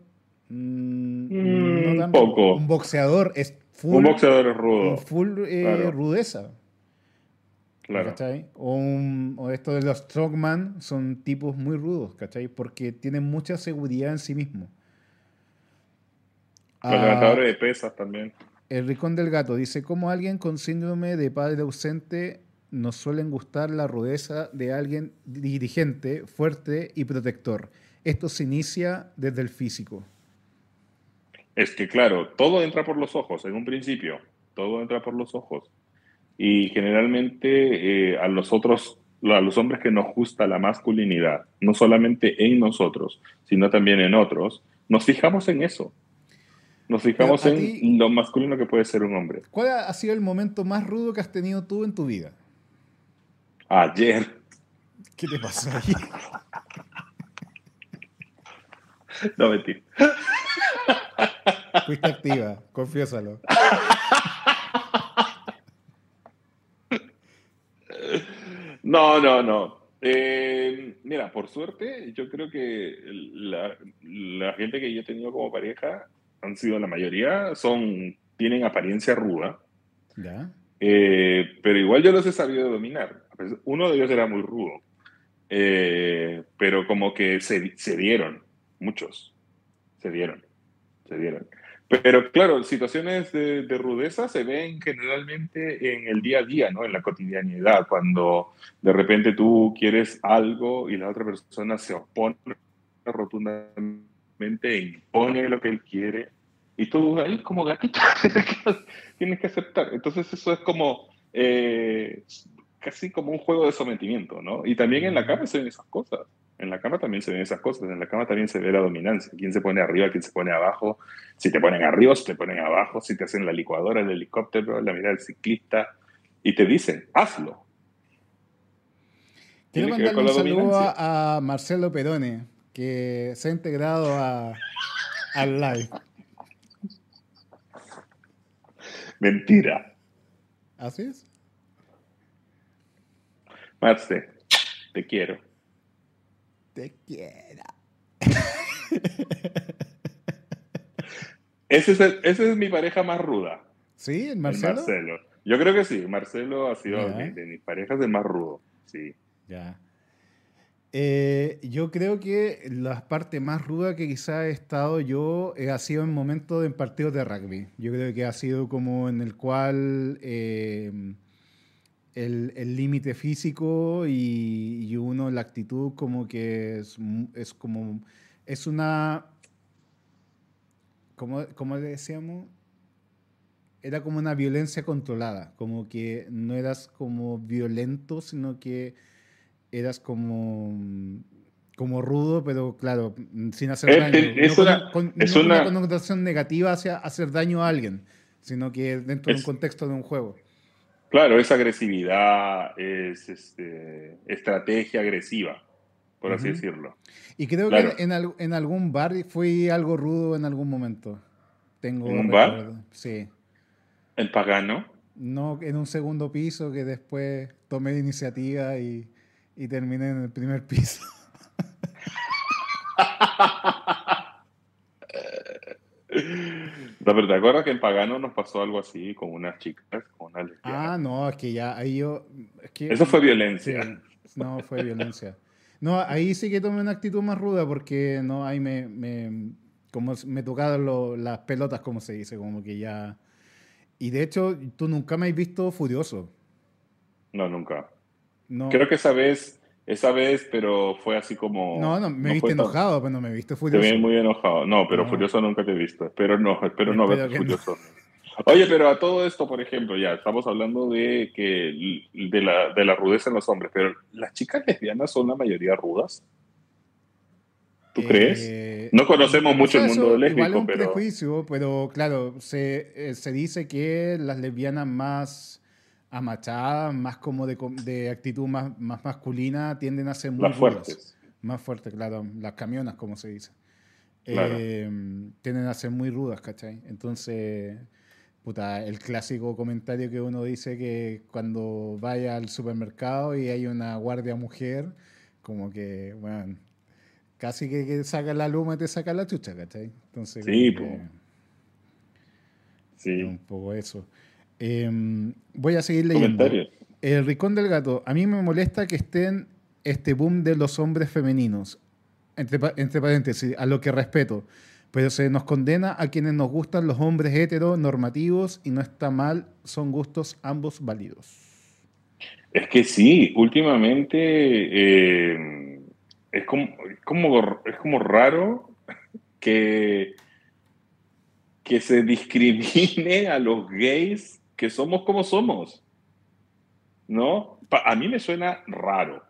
no tanto. Un Poco. boxeador es Un boxeador es rudo. full Claro, rudeza. ¿Me claro. cachai? O esto de los strongman son tipos muy rudos, ¿cachai? Porque tienen mucha seguridad en sí mismos. Los Ah, levantadores de pesas también. el Rincón del Gato dice, como alguien con síndrome de padre ausente nos suelen gustar la rudeza de alguien dirigente, fuerte y protector. Esto se inicia desde el físico. Es que, claro, todo entra por los ojos en un principio. Todo entra por los ojos. Y generalmente a los hombres que nos gusta la masculinidad, no solamente en nosotros, sino también en otros, nos fijamos en eso. Nos Pero fijamos a en ti, lo masculino que puede ser un hombre. ¿cuál ha sido el momento más rudo que has tenido tú en tu vida? Ayer, ¿Qué te pasó ahí? no mentir. Fuiste activa, confiésalo. No, no, no. Mira, por suerte, yo creo que la gente que yo he tenido como pareja han sido la mayoría, tienen apariencia ruda, ¿Ya? pero igual yo los he sabido dominar. Uno de ellos era muy rudo, pero como que se dieron, muchos, se dieron, se dieron. Pero claro, situaciones de rudeza se ven generalmente en el día a día, ¿no? En la cotidianidad, cuando de repente tú quieres algo y la otra persona se opone rotundamente e impone lo que él quiere. Y tú ahí como gatito tienes que aceptar. Entonces eso es como casi como un juego de sometimiento, ¿no? Y también en la Mm. cama se ven esas cosas. En la cama también se ven esas cosas, en la cama también se ve la dominancia. ¿Quién se pone arriba, quién se pone abajo? Si te ponen arriba, si te ponen abajo, si te hacen la licuadora, el helicóptero, la mirada del ciclista, y te dicen, hazlo. Quiero Tiene que ver mandarle con un la saludo dominancia. a Marcelo Perone, que se ha integrado al live. Mentira. ¿Así es? Marce, te quiero. Te quiera. Esa es mi pareja más ruda, ¿Sí? ¿El el Marcelo? Marcelo. Yo creo que sí, Marcelo ha sido Ya, de mis parejas el más rudo. Sí. ya. Yo creo que la parte más ruda que quizá he estado yo ha sido en momentos en partidos de rugby. Yo creo que ha sido como en el cual el límite físico y uno, la actitud como que es como, es una, como le decíamos, era como una violencia controlada, como que no eras como violento, sino que eras como rudo, pero claro, sin hacer daño. No Es una, es no con una una, connotación negativa hacia hacer daño a alguien, sino que dentro de un es, contexto de un juego. claro, es agresividad, es estrategia agresiva, por así Ujú. decirlo. Y creo que Claro, en algún bar fui algo rudo en algún momento. en Tengo un bar, recuerdo, sí. el pagano. No en un segundo piso que después tomé la iniciativa y terminé en el primer piso. No, pero ¿te acuerdas que en Pagano nos pasó algo así con unas chicas, con unas lesbianas? Ah, no, es que ya, ahí yo, es que, Eso fue violencia. sí, no, fue violencia. No, ahí sí que tomé una actitud más ruda porque no, ahí como me tocaron las pelotas, como se dice, como que ya. Y de hecho, tú nunca me has visto furioso. No, nunca. No, Creo que esa vez, pero fue así no, como, no, me no viste fue tan, enojado, pero no me viste te vi furioso. muy enojado. No, pero No, furioso nunca te he visto. Espero no verte espero que no. furioso. Oye, pero a todo esto, por ejemplo, ya estamos hablando de que de la rudeza en los hombres, pero las chicas lesbianas son la mayoría rudas, ¿tú crees? No conocemos O mucho el sea, mundo eso igual es lésbico, un pero prejuicio, pero claro, se dice que las lesbianas más amachadas, más como de actitud más masculina, tienden a ser muy las rudas. fuertes, Más fuertes, claro, las camionas, como se dice. claro. Eh, Tienden a ser muy rudas, ¿cachai? Entonces, puta, el clásico comentario que uno dice que cuando vaya al supermercado y hay una guardia mujer, como que, bueno, casi que saca la luma y te saca la chucha, ¿cachai? Entonces, como Sí, que pues, es un sí. poco eso. Voy a seguir leyendo. Comentarios. El Rincón del Gato. A mí me molesta que estén este boom de los hombres femeninos. Entre paréntesis, a lo que respeto. Pero se nos condena a quienes nos gustan los hombres heteronormativos y no está mal, son gustos ambos válidos. Es que sí, últimamente es como raro que, que se discrimine a los gays que somos como somos, ¿no? A mí me suena raro.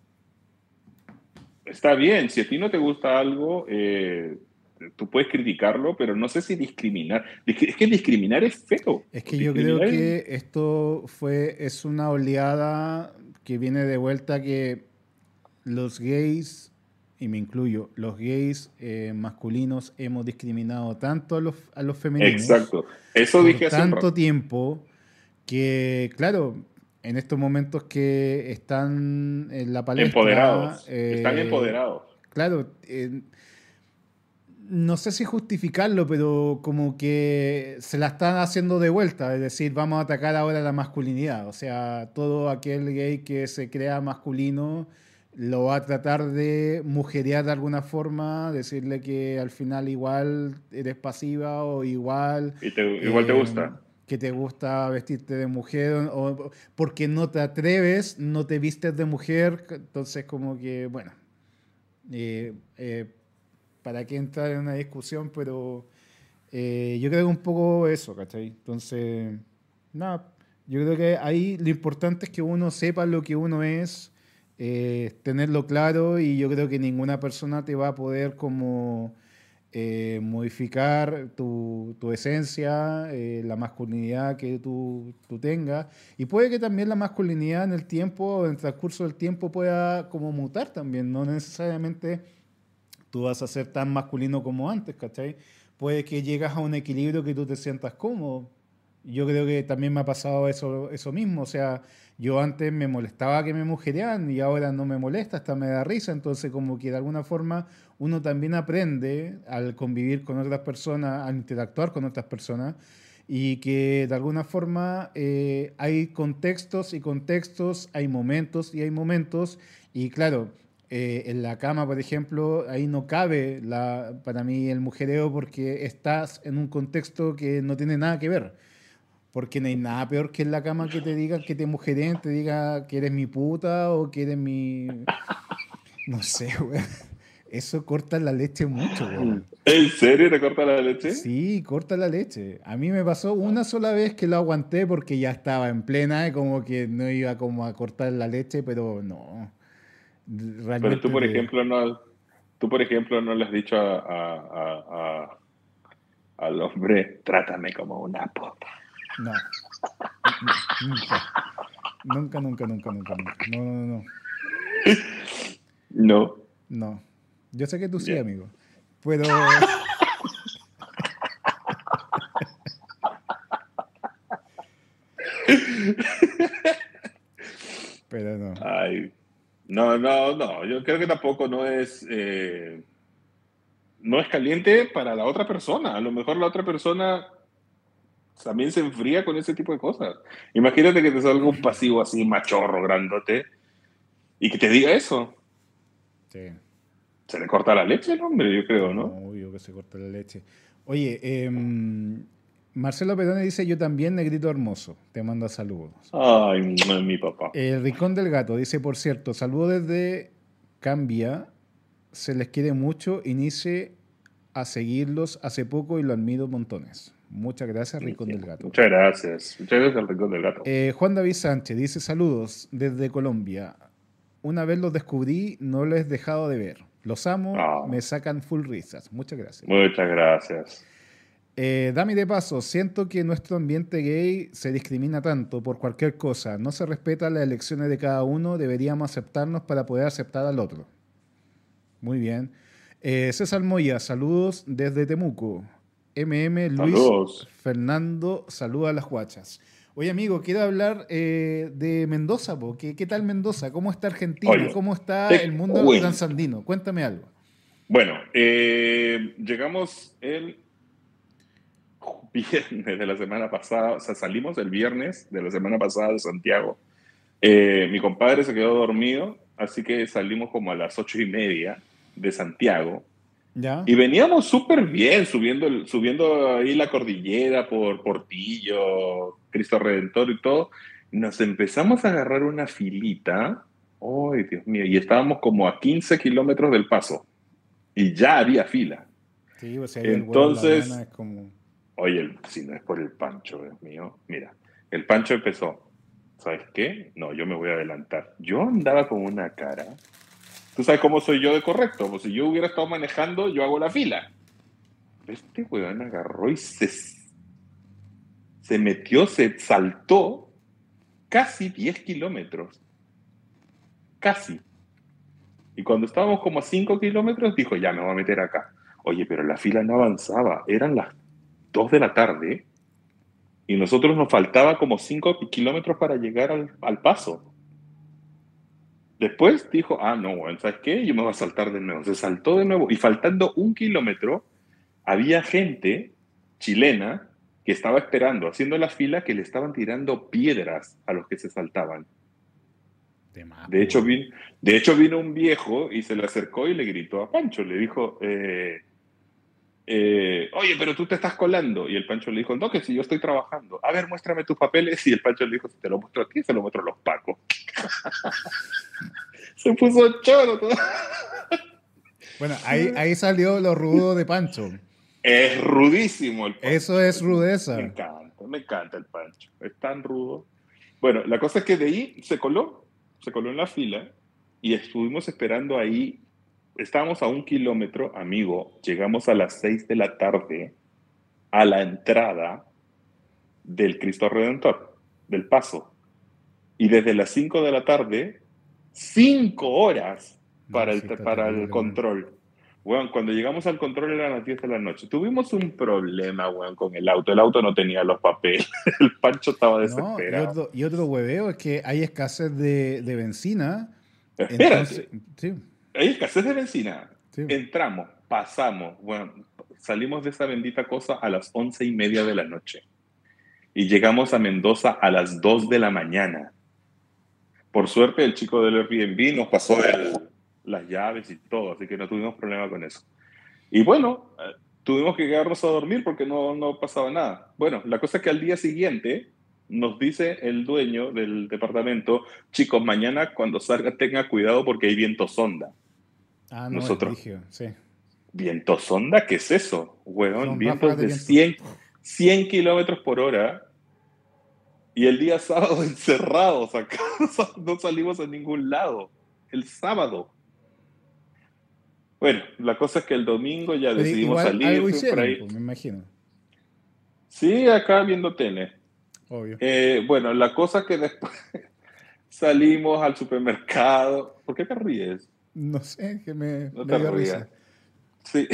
Está bien, si a ti no te gusta algo, tú puedes criticarlo, pero no sé si discriminar. Es que discriminar es feo. Es que yo creo Discriminar es... que es una oleada que viene de vuelta que los gays, y me incluyo, los gays masculinos hemos discriminado tanto a los femeninos Exacto. Eso por dije hace un tanto rato. tiempo que, claro, en estos momentos que están en la palestra, Empoderados. Están empoderados. claro, no sé si justificarlo, pero como que se la están haciendo de vuelta, es decir, vamos a atacar ahora la masculinidad, o sea, todo aquel gay que se crea masculino lo va a tratar de mujerear de alguna forma, decirle que al final igual eres pasiva o igual Igual te eh, gusta. que te gusta vestirte de mujer o porque no te atreves, no te vistes de mujer, entonces como que, bueno. eh, eh, para qué entrar en una discusión, pero yo creo que un poco eso, ¿cachai? Entonces, nada, yo creo que ahí lo importante es que uno sepa lo que uno es tenerlo claro y yo creo que ninguna persona te va a poder como modificar tu esencia, la masculinidad que tú tengas. Y puede que también la masculinidad en el tiempo o en el transcurso del tiempo pueda como mutar también. No necesariamente tú vas a ser tan masculino como antes, ¿cachai? Puede que llegas a un equilibrio que tú te sientas cómodo. Yo creo que también me ha pasado eso mismo. O sea, yo antes me molestaba que me mujerearan y ahora no me molesta, hasta me da risa. Entonces, como que de alguna forma uno también aprende al convivir con otras personas, al interactuar con otras personas y que de alguna forma hay contextos y contextos, hay momentos y hay momentos. Y claro, en la cama, por ejemplo, ahí no cabe para mí el mujereo porque estás en un contexto que no tiene nada que ver. Porque no hay nada peor que en la cama que te digan que te mujereen, te diga que eres mi puta o que eres mi... No sé, weón. Eso corta la leche mucho, weón. ¿En serio te corta la leche? Sí, corta la leche. A mí me pasó una sola vez que lo aguanté porque ya estaba en plena y como que no iba como a cortar la leche, pero no. Pero Realmente te... tú por ejemplo no le has dicho al hombre, trátame como una puta. No, nunca. Nunca, nunca, nunca, nunca, nunca. No, no, no, no. No, No. Yo sé que tú sí, ya. amigo. Pero... Pero no. Ay, no, no, no, yo creo que tampoco no es caliente para la otra persona. A lo mejor la otra persona también se enfría con ese tipo de cosas. Imagínate que te salga un pasivo así, machorro, grandote, y que te diga eso. Sí. Se le corta la leche al hombre, yo creo, No, ¿no? obvio que se corta la leche. Oye, Marcelo Perone dice, yo también, negrito hermoso. Te manda saludos. Ay, mi papá. El Rincón del Gato dice, por cierto, saludos desde Cambia. Se les quiere mucho. Inicie a seguirlos hace poco y lo admiro montones. Muchas gracias, Rincón del Gato. Muchas gracias. Muchas gracias al Rincón del Gato. Juan David Sánchez dice, saludos desde Colombia. Una vez los descubrí, no les he dejado de ver. Los amo, Ah, me sacan full risas. Muchas gracias. muchas gracias. Dami de paso, siento que nuestro ambiente gay se discrimina tanto por cualquier cosa. No se respeta las elecciones de cada uno, deberíamos aceptarnos para poder aceptar al otro. Muy bien. César Moya, saludos desde Temuco. Luis Saludos. Fernando, saluda a las guachas. Oye, amigo, quiero hablar de Mendoza, po. ¿Qué tal Mendoza? ¿Cómo está Argentina? Oye, ¿Cómo está el te mundo cuento. transandino? Cuéntame algo. Bueno, llegamos el viernes de la semana pasada, o sea, salimos el viernes de la semana pasada de Santiago. Mi compadre se quedó dormido, así que salimos como a las 8:30 de Santiago. ¿Ya? Y veníamos súper bien, subiendo ahí la cordillera por Portillo, Cristo Redentor y todo. Nos empezamos a agarrar una filita. ¡Ay, Dios mío! Y estábamos como a 15 kilómetros del paso. Y ya había fila. Sí, pues si ahí el huevo en la aduana Entonces, es como... oye, si no es por el Pancho, Dios mío. Mira, el Pancho empezó. ¿Sabes qué? No, yo me voy a adelantar. Yo andaba con una cara. Tú sabes cómo soy yo de correcto. Pues si yo hubiera estado manejando, yo hago la fila. Este weón agarró y se metió, se saltó casi 10 kilómetros. Casi. Y cuando estábamos como a 5 kilómetros, dijo, ya me voy a meter acá. Oye, pero la fila no avanzaba. Eran las 2 de la tarde y nosotros nos faltaba como 5 kilómetros para llegar al paso. Después dijo, ah, no, bueno, ¿sabes qué? Yo me voy a saltar de nuevo. Se saltó de nuevo y faltando 1 kilómetro, había gente chilena que estaba esperando, haciendo la fila, que le estaban tirando piedras a los que se saltaban. De más, De po, hecho, weón. vino un viejo y se le acercó y le gritó a Pancho, le dijo, oye, pero tú te estás colando. Y el Pancho le dijo, no, que si yo estoy trabajando. A ver, muéstrame tus papeles. Y el Pancho le dijo, si te lo muestro a ti, se lo muestro a los pacos. Se puso choro todo. Bueno, ahí salió lo rudo de Pancho. Es rudísimo el Eso Pancho. es rudeza. Me encanta el Pancho. Es tan rudo. Bueno, la cosa es que de ahí se coló en la fila y estuvimos esperando ahí. Estábamos a 1 kilómetro, amigo. Llegamos a las 6 de la tarde a la entrada del Cristo Redentor, del Paso. Y desde las 5 de la tarde, 5 horas No, para pues el, sí, está para el terrible, weón. control. Bueno, cuando llegamos al control eran las 10 de la noche. Tuvimos un problema, weón, con el auto. El auto no tenía los papeles. El Pancho estaba No, desesperado. y otro hueveo es que hay escasez de benzina. Entonces, Espérate, sí, hay escasez de benzina. sí. Entramos, pasamos, bueno, salimos de esa bendita cosa a las 11:30 de la noche. Y llegamos a Mendoza a las 2 de la mañana. Por suerte, el chico del Airbnb nos pasó las llaves y todo, así que no tuvimos problema con eso. Y bueno, tuvimos que quedarnos a dormir porque no pasaba nada. Bueno, la cosa es que al día siguiente nos dice el dueño del departamento, chicos, mañana cuando salga tenga cuidado porque hay viento sonda. Ah, no, es Nosotros, brigio, sí. ¿viento sonda? ¿Qué es eso? Huevón, Son ráfagas vientos de de viento. 100 kilómetros por hora y el día sábado encerrados acá, no salimos a ningún lado. El sábado. Bueno, la cosa es que el domingo ya Pero decidimos igual algo salir, fuimos por hicieron, ahí. pues me imagino. Sí, acá viendo tele. Obvio. Bueno, la cosa es que después salimos al supermercado. ¿Por qué te ríes? No sé, que No me te dio rías. risa. Sí,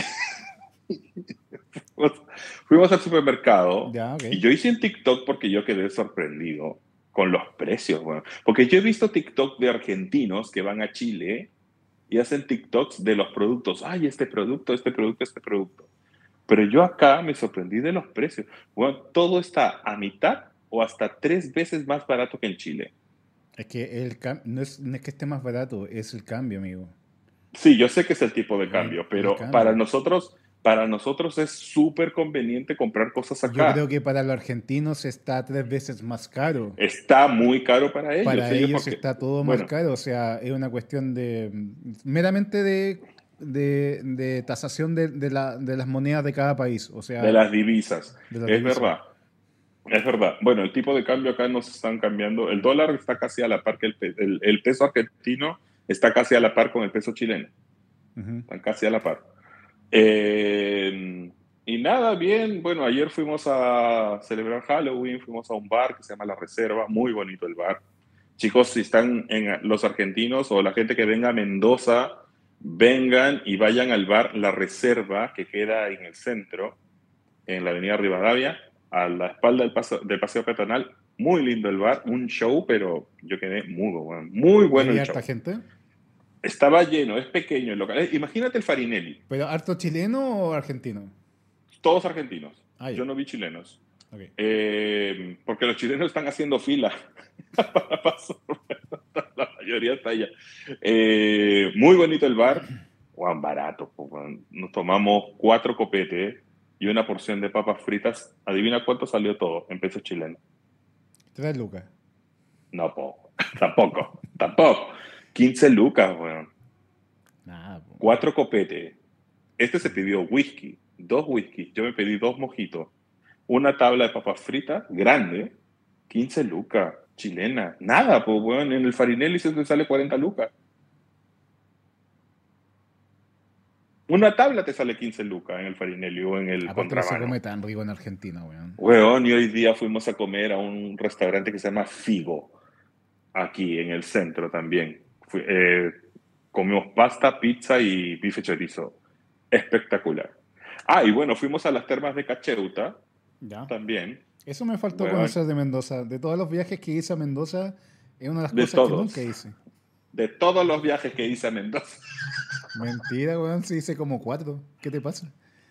fuimos al supermercado Ya, ok. y yo hice un TikTok porque yo quedé sorprendido con los precios, bueno. Porque yo he visto TikTok de argentinos que van a Chile y hacen TikToks de los productos. Ay, este producto, este producto, este producto. Pero yo acá me sorprendí de los precios. Bueno, todo está a mitad o hasta 3 veces más barato que en Chile. Es que no es que esté más barato, es el cambio, amigo. Sí, yo sé que es el tipo de cambio, El pero cambio. para nosotros es súper conveniente comprar cosas Yo creo acá. que para los argentinos está 3 veces más caro. Está muy caro para ellos, Para ellos ellos porque, está todo más bueno, caro. O sea, es una cuestión de meramente de tasación de las monedas de cada país. O de sea, las divisas, de las es divisas. verdad, es verdad. Bueno, el tipo de cambio acá nos están cambiando. El dólar está casi a la par que el peso argentino está casi a la par con el peso chileno. Ujú. Están casi a la par. Eh, y nada, bien. Bueno, ayer fuimos a celebrar Halloween, fuimos a un bar que se llama La Reserva, muy bonito el bar. Chicos, si están en los argentinos o la gente que venga a Mendoza, vengan y vayan al bar La Reserva, que queda en el centro, en la avenida Rivadavia, a la espalda del paseo peatonal. Muy lindo el bar, un show, pero yo quedé muy ¿Y bueno el había harta show. gente? Estaba lleno, es pequeño el local. Imagínate el Farinelli, ¿Pero harto chileno o argentino? todos argentinos. Ah, ya. Yo no vi chilenos. Ok. Porque los chilenos están haciendo fila para pasar. La mayoría está allá. Muy bonito el bar. Juan, barato. Pues, Juan. Nos tomamos 4 copetes y una porción de papas fritas. Adivina cuánto salió todo en pesos chilenos. 3 lucas. No, tampoco. 15 lucas, weón. Nada, po. 4 copetes. Este se pidió whisky, 2 whisky. Yo me pedí 2 mojitos. Una tabla de papas fritas grande, 15 lucas, chilena. Nada, pues, bueno, en el Farinelli se te sale 40 lucas. Una tabla te sale 15 lucas en el Farinelli o en el Aparte no se Contramano. come tan rico en Argentina, weón. Weón, y hoy día fuimos a comer a un restaurante que se llama Figo, aquí en el centro también. Comimos pasta, pizza y bife chorizo. Espectacular. Ah, y bueno, fuimos a las termas de Cacheuta Ya. también. Eso me faltó Weón, conocer de Mendoza. De todos los viajes que hice a Mendoza, es una de las de cosas que nunca todos. hice. De todos los viajes que hice a Mendoza. Mentira, weón, sí hice como 4. ¿Qué te pasa?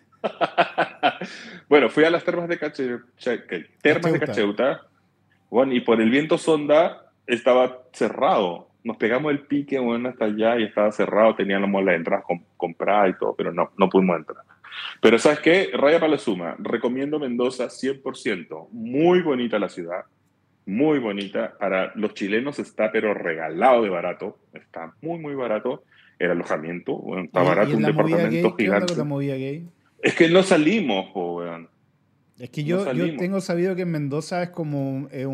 Bueno, fui a las termas de Cacheuta. Cacheuta, bueno, y por el viento sonda estaba cerrado. Nos pegamos el pique, bueno, hasta allá y estaba cerrado. Teníamos las entradas compradas y todo, pero no pudimos entrar. Pero ¿sabes qué? Raya para la suma. Recomiendo Mendoza 100%. Muy bonita la ciudad. Muy bonita. Para los chilenos está pero regalado de barato. Está muy barato. El alojamiento, bueno, está ¿Y barato, en un la movida departamento gay? ¿Qué onda con la gigante. movida gay? Es que no salimos, po, weón. Es que No yo salimos. tengo sabido que en Mendoza es como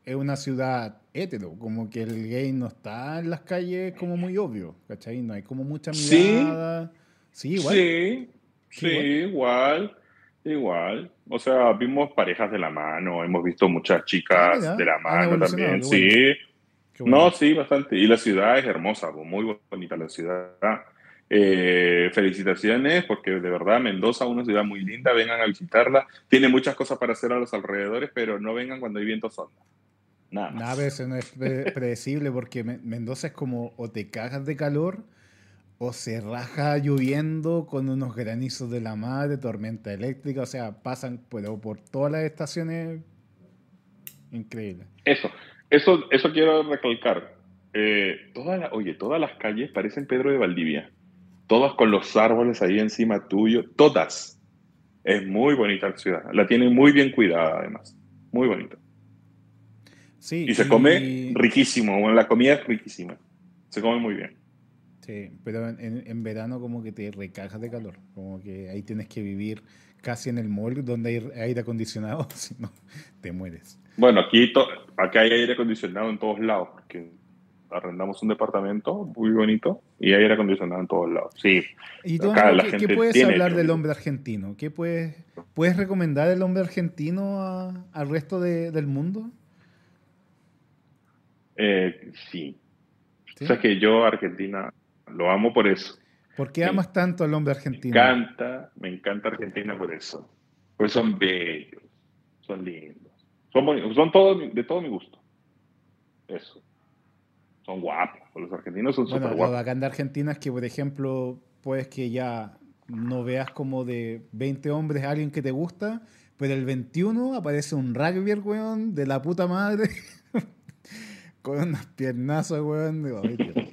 es una ciudad hetero, como que el gay no está en las calles como muy obvio, ¿cachai? No hay como mucha Sí, mirada. Sí, igual, sí, sí, sí, igual. igual, igual. O sea, vimos parejas de la mano, hemos visto muchas Ah, chicas de mira, la han mano evolucionado, también, qué bueno, sí. qué No, bueno. sí, bastante. Y la ciudad es hermosa, pues, muy bonita la ciudad. Felicitaciones, porque de verdad Mendoza es una ciudad muy linda, vengan a visitarla. Tiene muchas cosas para hacer a los alrededores, pero no vengan cuando hay vientos sonda, nada Nada, pero más. eso no es predecible porque Mendoza es como o te cagas de calor o se raja lloviendo con unos granizos de la madre, tormenta eléctrica, o sea, pasan pero por todas las estaciones increíbles. Eso, eso quiero recalcar. Oye, todas las calles parecen Pedro de Valdivia, todas con los árboles ahí encima tuyo, todas. Es muy bonita la ciudad, la tienen muy bien cuidada además, muy bonita. Sí, Y se come riquísimo, bueno, la comida es riquísima, se come muy bien. sí, pero en verano como que te recajas de calor, como que ahí tienes que vivir casi en el mall donde hay aire acondicionado, si no te mueres. Bueno, acá hay aire acondicionado en todos lados, porque arrendamos un departamento muy bonito y hay aire acondicionado en todos lados. Sí, Y tú, acá amigo, la ¿qué gente puedes tiene hablar hecho del vida. hombre argentino? ¿Puedes recomendar el hombre argentino al resto del mundo? Sí, o ¿Sí? sea que yo Argentina lo amo por eso. ¿Por qué Me amas tanto al hombre argentino? me encanta Argentina por eso. Pues son bellos, son lindos, son bonitos, son de todo mi gusto. Eso, son guapos, los argentinos son súper Bueno, lo guapos. bacán de Argentina es que, por ejemplo, puedes que ya no veas como de 20 hombres a alguien que te gusta, pero el 21 aparece un rugby, weón, de la puta madre, con unas piernazas, weón. Digo, ay, Dios.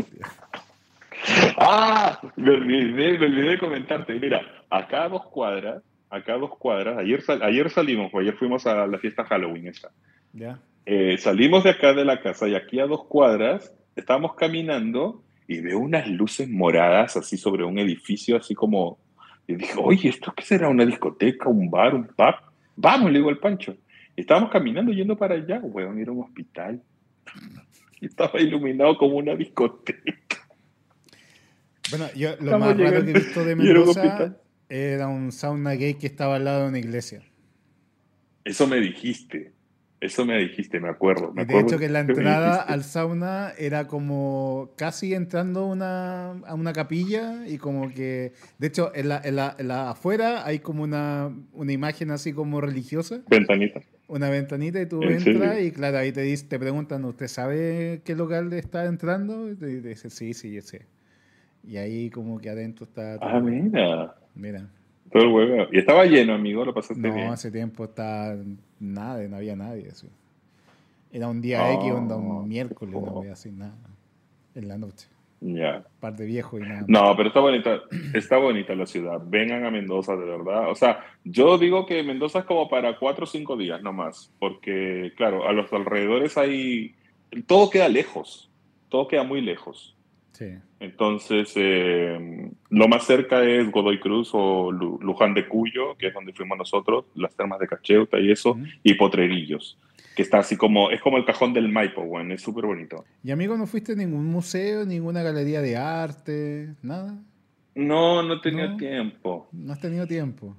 Ah, me olvidé de comentarte. Mira, acá a 2 cuadras, ayer salimos, o ayer fuimos a la fiesta Halloween esa. ¿Ya? Salimos de acá de la casa y aquí a 2 cuadras estábamos caminando y veo unas luces moradas así sobre un edificio, así como. Y dije, oye, ¿esto qué será? ¿Una discoteca, un bar, un pub? Vamos, le digo al Pancho. Y estábamos caminando yendo para allá, weón, era un hospital. Y estaba iluminado como una discoteca. Bueno, yo lo Estamos más raro que he llegando visto de y era un Mendoza hospital. era un sauna gay que estaba al lado de una iglesia. Eso me dijiste. Eso me dijiste, me acuerdo. Me Y de hecho acuerdo que la que me entrada dijiste. al sauna era como casi entrando a una capilla y como que, de hecho, afuera hay como una imagen así como religiosa, Ventanita. una ventanita y tú ¿En entras serio? y claro, ahí te preguntan, ¿usted sabe qué local está entrando? Y te dice, sí, sí, yo sé. Y ahí como que adentro está Ah, todo, mira. mira, Todo el huevo. Y estaba lleno, amigo, lo pasaste no, bien. hace tiempo está nada, no había nadie. Así. Era un día X, onda un Ah, qué miércoles, no fo- había así nada, en la noche. Ya. Par de viejos y nada más. No, pero está bonita la ciudad. Vengan a Mendoza, de verdad. O sea, yo digo que Mendoza es como para 4 o 5 días nomás, porque, claro, a los alrededores todo queda lejos, todo queda muy lejos. Sí. Entonces, lo más cerca es Godoy Cruz o Luján de Cuyo, que es donde fuimos nosotros, las termas de Cacheuta y eso, ¿Mm? y Potrerillos, que está así como, es como el cajón del Maipo, bueno, es súper bonito. Y amigo, ¿no fuiste a ningún museo, ninguna galería de arte, nada? No, no tenía ¿No? tiempo. ¿No has tenido tiempo?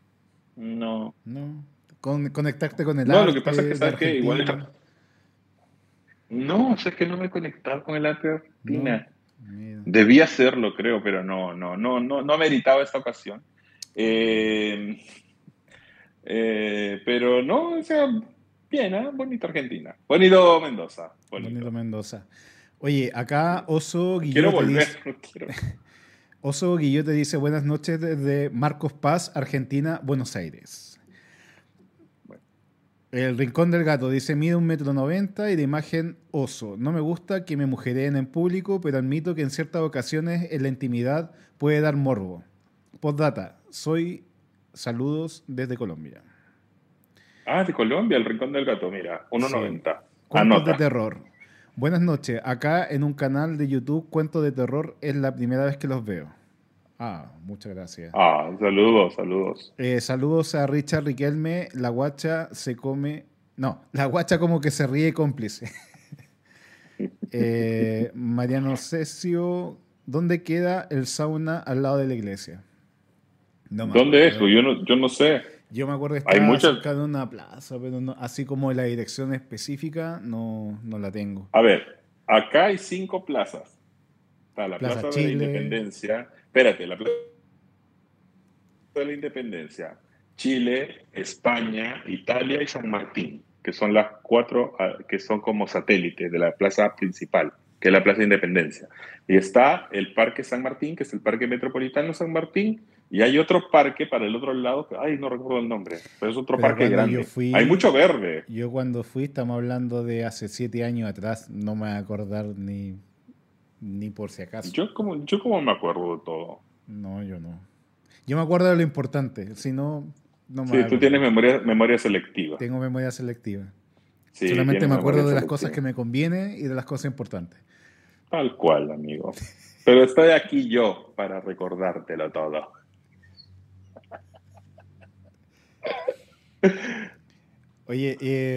No. ¿No? Conectarte con el No, lo que pasa es que, arte de ¿sabes qué? Igual Argentina. no, o sea, es que no me he conectado con el arte de ¿No? Argentina. Mira. Debía hacerlo, creo, pero no meritaba esta ocasión. Eh, pero no, o sea, bien, ¿eh? Bonito Argentina. Bonito Mendoza, Bonito bonito. Mendoza. Oye, acá Sí. Quiero volver, no quiero. Oso Guillote dice buenas noches desde Marcos Paz, Argentina, Buenos Aires. Bueno, El Rincón del Gato dice mide 1,90 m y de imagen oso. No me gusta que me mujereen en público, pero admito que en ciertas ocasiones en la intimidad puede dar morbo. Postdata, soy saludos desde Colombia. de Colombia, el Rincón del Gato, mira, Sí, 1,90. cuentos de Anota. terror. Buenas noches, acá en un canal de YouTube, Cuentos de Terror, es la primera vez que los veo. Ah, muchas gracias. Saludos, saludos. Saludos a Richard Riquelme, la guacha se come. No, la guacha como que se ríe cómplice. Mariano Cesio, ¿dónde queda el sauna al lado de la iglesia? No me ¿Dónde es? acuerdo. Pues yo no sé. Yo me acuerdo que Hay estaba muchas. cerca de una plaza, pero así como la dirección específica, no la tengo. A ver, acá hay 5 plazas. Está la Plaza Plaza de la Chile. Independencia. Espérate, la Plaza de la Independencia. Chile, España, Italia y San Martín, que son las cuatro que son como satélites de la plaza principal, que es la Plaza de Independencia. Y está el Parque San Martín, que es el Parque Metropolitano San Martín, y hay otro parque para el otro lado, que, ay, no recuerdo el nombre, pero es otro Pero parque cuando grande. Hay mucho verde. yo cuando fui, estamos hablando de hace 7 años atrás, no me voy a acordar ni por si acaso. Yo como me acuerdo de todo. No, yo no. Yo me acuerdo de lo importante, si no, no me voy Sí, a tú tienes acordar. memoria selectiva. Tengo memoria selectiva. Sí, Solamente tienes me memoria acuerdo de las cosas selectiva. que me conviene y de las cosas importantes. Tal cual, amigo. Pero estoy aquí yo para recordártelo todo. Oye,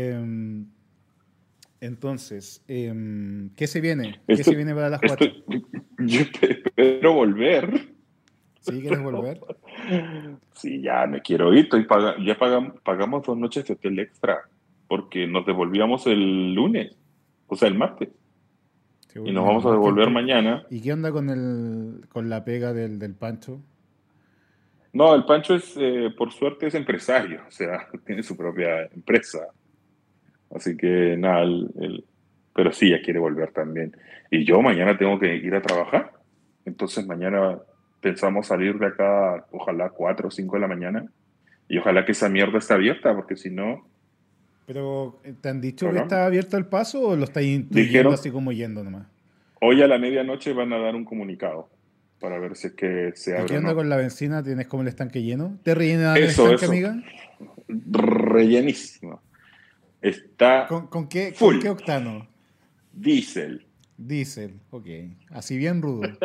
entonces, ¿qué se viene? ¿Qué Esto, se viene para las esto, guachas? yo espero volver. ¿Sí quieres volver? Sí, ya me quiero ir. Ya pagamos 2 noches de hotel extra porque nos devolvíamos el lunes, o sea, el martes. Sí, Y nos menos vamos a mal que devolver mañana. ¿Y qué onda con con la pega del Pancho? No, el Pancho por suerte es empresario, o sea, tiene su propia empresa. Así que nada, pero sí, ya quiere volver también. Y yo mañana tengo que ir a trabajar. Entonces mañana pensamos salir de acá, ojalá 4 o 5 de la mañana. Y ojalá que esa mierda esté abierta, porque si no, Pero, ¿te han dicho que cagamos. está abierto el paso o lo estáis intuyendo Dijeron, así como yendo nomás? hoy a la medianoche van a dar un comunicado para ver si es que se ¿Y abre qué o onda no. con la benzina? ¿Tienes como el estanque lleno? ¿Te rellenan el Eso, estanque, amiga? rellenísimo. Está ¿Con full. qué octano? Diésel. Diésel, ok. Así bien rudo.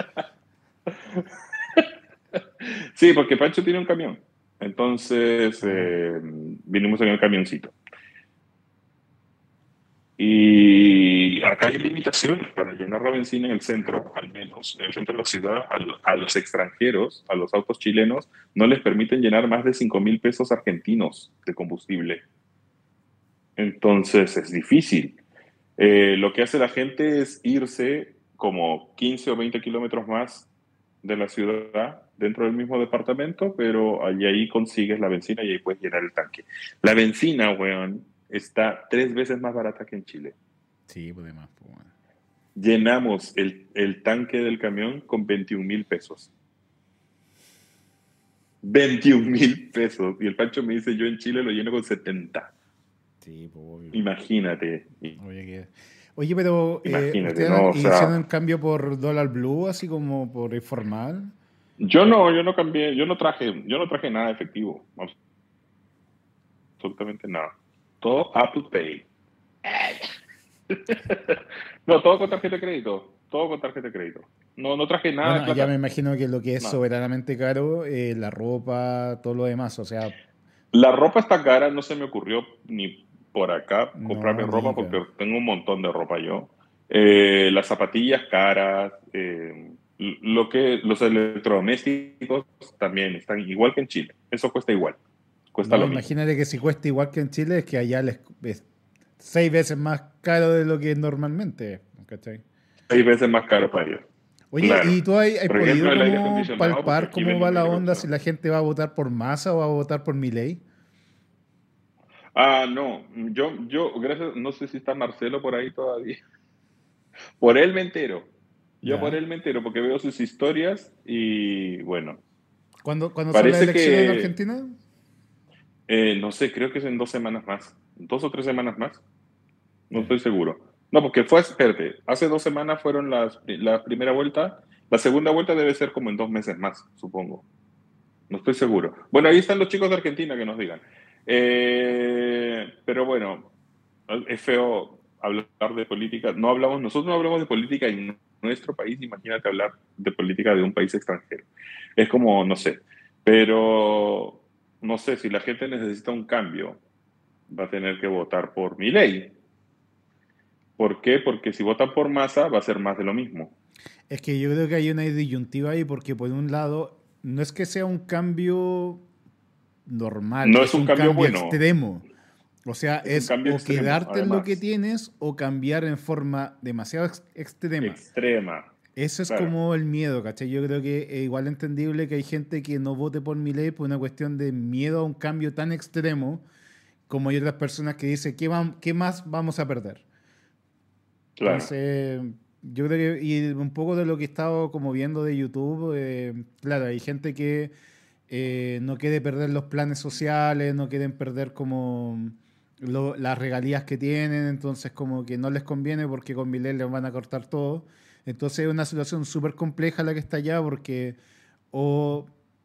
Sí, porque Pancho tiene un camión. Entonces, Ah, vinimos en el camioncito. Y acá hay limitaciones para llenar la benzina en el centro, al menos en el centro de la ciudad, a los extranjeros, a los autos chilenos, no les permiten llenar más de 5.000 pesos argentinos de combustible. Entonces es difícil. Lo que hace la gente es irse como 15 o 20 kilómetros más de la ciudad dentro del mismo departamento, pero allí ahí consigues la benzina y ahí puedes llenar el tanque. La benzina, weón, está 3 veces más barata que en Chile. sí, pues demás, pues, bueno. Llenamos el tanque del camión con 21.000 pesos. 21.000 pesos. Y el Pancho me dice, yo en Chile lo lleno con 70. Sí, pues obvio. Imagínate, Oye, oye, pero imagínate, ¿ustedes ¿no? O hicieron sea, el cambio por dólar blue, así como por informal? yo no cambié, yo no traje nada efectivo, absolutamente nada. Todo Apple Pay. No, todo con tarjeta de crédito, todo con tarjeta de crédito. No traje nada de Bueno, allá me plata, imagino que lo que es nada. soberanamente caro, la ropa, todo lo demás, o sea, La ropa está cara, no se me ocurrió ni por acá comprarme no, ropa Nica. porque tengo un montón de ropa yo. Las zapatillas caras, los electrodomésticos también están igual que en Chile. Eso cuesta igual, cuesta No, lo mismo. imagínate que si cuesta igual que en Chile, es que allá es 6 veces más caro de lo que es normalmente, ¿cachai? 6 veces más caro para ellos. Oye, Claro. ¿y tú has Por ejemplo, podido el aire como acondicionado, porque palpar aquí cómo venden va la aire onda si acondicionado. la gente va a votar por Massa o va a votar por Milei? Ah, no, gracias, no sé si está Marcelo por ahí todavía. Por él me entero. Yo por ¿Ya? él me entero porque veo sus historias y bueno, ¿Cuándo son las parece elecciones en que, Argentina? no sé, creo que es en 2 semanas más, 2 o 3 semanas más, no Ya. estoy seguro. No, porque espérate, hace 2 semanas fueron la primera vuelta, la segunda vuelta debe ser como en 2 meses más, supongo. No estoy seguro. Bueno, ahí están los chicos de Argentina que nos digan. Pero bueno, es feo hablar de política. Nosotros no hablamos de política en nuestro país, imagínate hablar de política de un país extranjero. Es como, no sé, pero no sé, si la gente necesita un cambio, va a tener que votar por Milei. ¿Por qué? Porque si votan por Massa va a ser más de lo mismo. Es que yo creo que hay una disyuntiva ahí porque por un lado no es que sea un cambio normal, No es es un un cambio cambio bueno, extremo. O sea, es un es cambio o extremo, quedarte en lo que además. tienes o cambiar en forma demasiado extrema. Extrema, Ese es claro. como el miedo, ¿cachai? Yo creo que es igual entendible que hay gente que no vote por mi ley por una cuestión de miedo a un cambio tan extremo, como hay otras personas que dicen, ¿qué más vamos a perder? Claro. Entonces, yo creo que, y un poco de lo que he estado como viendo de YouTube, claro, hay gente que no quiere perder los planes sociales, no quieren perder como las regalías que tienen, entonces como que no les conviene porque con Milei les van a cortar todo. Entonces es una situación súper compleja la que está allá porque o,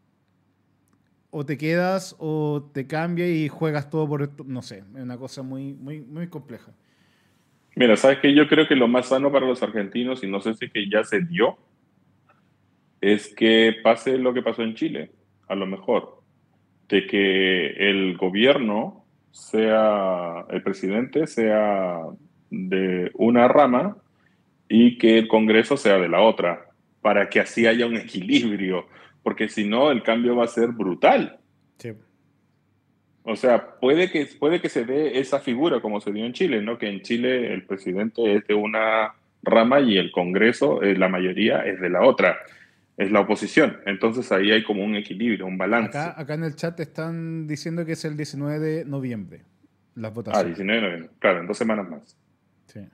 o te quedas o te cambias y juegas todo por esto, no sé, es una cosa muy compleja. Mira, ¿sabes qué? Yo creo que lo más sano para los argentinos, y no sé si que ya se dio, es que pase lo que pasó en Chile, a lo mejor, de que el gobierno sea, el presidente sea de una rama y que el Congreso sea de la otra, para que así haya un equilibrio, porque si no, el cambio va a ser brutal. Sí. O sea, puede que se dé esa figura como se dio en Chile, ¿no? Que en Chile el presidente es de una rama y el Congreso, la mayoría, es de la otra, es la oposición. Entonces ahí hay como un equilibrio, un balance. Acá en el chat están diciendo que es el 19 de noviembre, las Ah, votaciones. 19 de noviembre, claro, en 2 semanas más. Sí.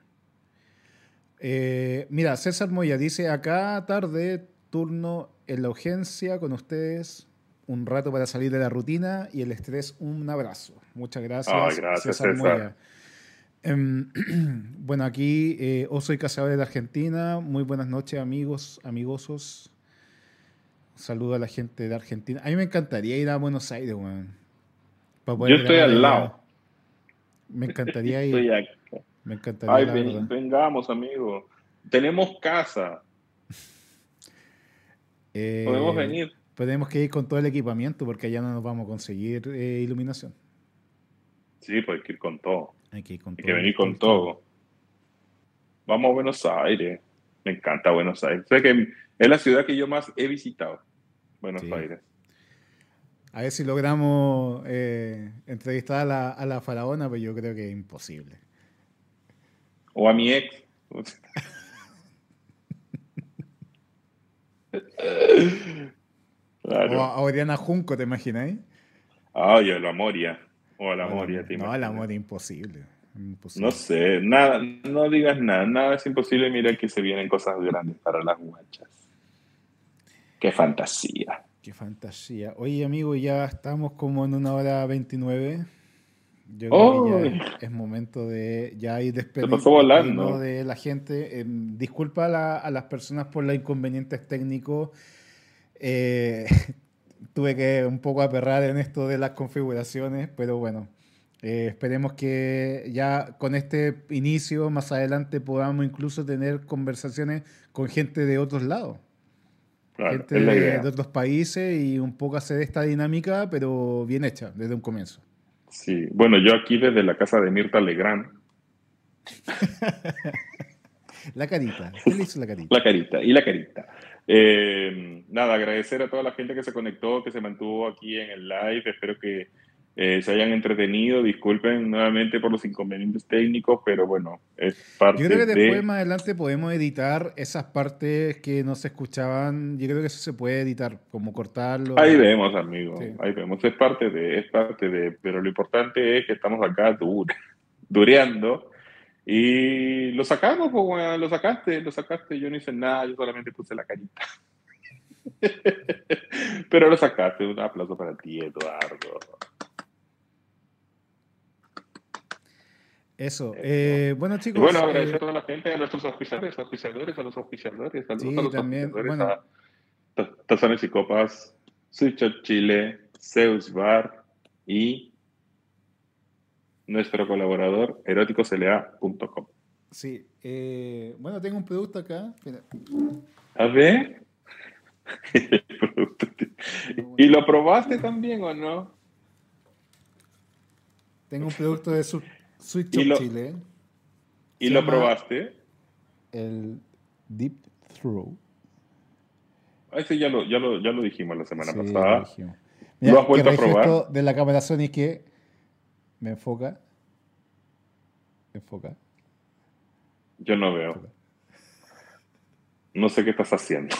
Mira, César Moya dice, acá tarde, turno en la urgencia con ustedes, un rato para salir de la rutina y el estrés, un abrazo. Muchas Ay, gracias, gracias, César César. Moya. Bueno, aquí Oso y Cazadores de Argentina. Muy buenas noches, amigos, amigosos. Saludo a la gente de Argentina. A mí me encantaría ir a Buenos Aires, weón, para Yo poder estoy grabar al allá. lado. Me Yo encantaría ir, estoy acá. me encantaría, Ay, la verdad. vengamos, amigo. Tenemos casa. Podemos Eh, venir. tenemos que ir con todo el equipamiento porque allá no nos vamos a conseguir iluminación. Sí, pues hay que ir con todo. Hay que ir con Hay que todo venir todo con el show. todo. Vamos a Buenos Aires. Me encanta Buenos Aires. Sé que es la ciudad que yo más he visitado. Buenos Sí. Aires. A ver si logramos entrevistar a la faraona, pero yo creo que es imposible. O a mi ex. O Claro. a Oriana Junco, ¿te imagináis? Ay, o la Moria. O a la O la, Moria, ¿te no, el imaginas? amor es imposible. No Imposible. sé, nada, no digas nada, nada es imposible. Mira que se vienen cosas grandes para las guachas. Qué fantasía. Qué fantasía. Oye, amigo, ya estamos como en 1 hora 29. Yo creo que ¡Oh! ya es momento de ya ir Se pasó despedirnos volando. de la gente. Disculpa a las personas por los inconvenientes técnicos. Eh, tuve que un poco aperrar en esto de las configuraciones, pero bueno, esperemos que ya con este inicio más adelante podamos incluso tener conversaciones con gente de otros lados, Claro, gente es la de idea. otros países y un poco hacer esta dinámica, pero bien hecha desde un comienzo. Sí. Bueno, yo aquí desde la casa de Mirta Legrand. La carita, ¿qué le hizo la carita? La carita, y la carita. Nada, agradecer a toda la gente que se conectó, que se mantuvo aquí en el live. Espero que se hayan entretenido. Disculpen nuevamente por los inconvenientes técnicos, pero bueno, es Yo creo parte que después, de... más adelante, podemos editar esas partes que no se escuchaban. Yo creo que eso se puede editar, como cortarlo Ahí y... vemos, amigo, Sí. ahí vemos. Es parte de, pero lo importante es que estamos acá dureando y lo sacamos, pues, weón, lo sacaste. Yo no hice nada, yo solamente puse la carita. Pero lo sacaste, un aplauso para ti, Eduardo. Eso. Eso. Bueno, Y bueno, chicos, agradecer a toda la gente, a nuestros auspiciadores, saludos a sí, los también, auspiciadores, bueno, a Tazones y Copas, Switch Chile, Zeus Bar y nuestro colaborador eróticocla.com. sí. Bueno, tengo un producto acá. Espera, A ver, una ¿y buena- lo probaste también o no? Tengo un producto de Sweet ¿Y Shop lo, Chile. y Se lo llama probaste? el Deep Throw. Ese ya lo dijimos la semana Sí, lo pasada. dijimos. ¿Lo Mira, has qué vuelto a regio probar? esto de la cámara Sony que me enfoca, enfoca, Yo no veo. enfoca. No sé qué estás haciendo.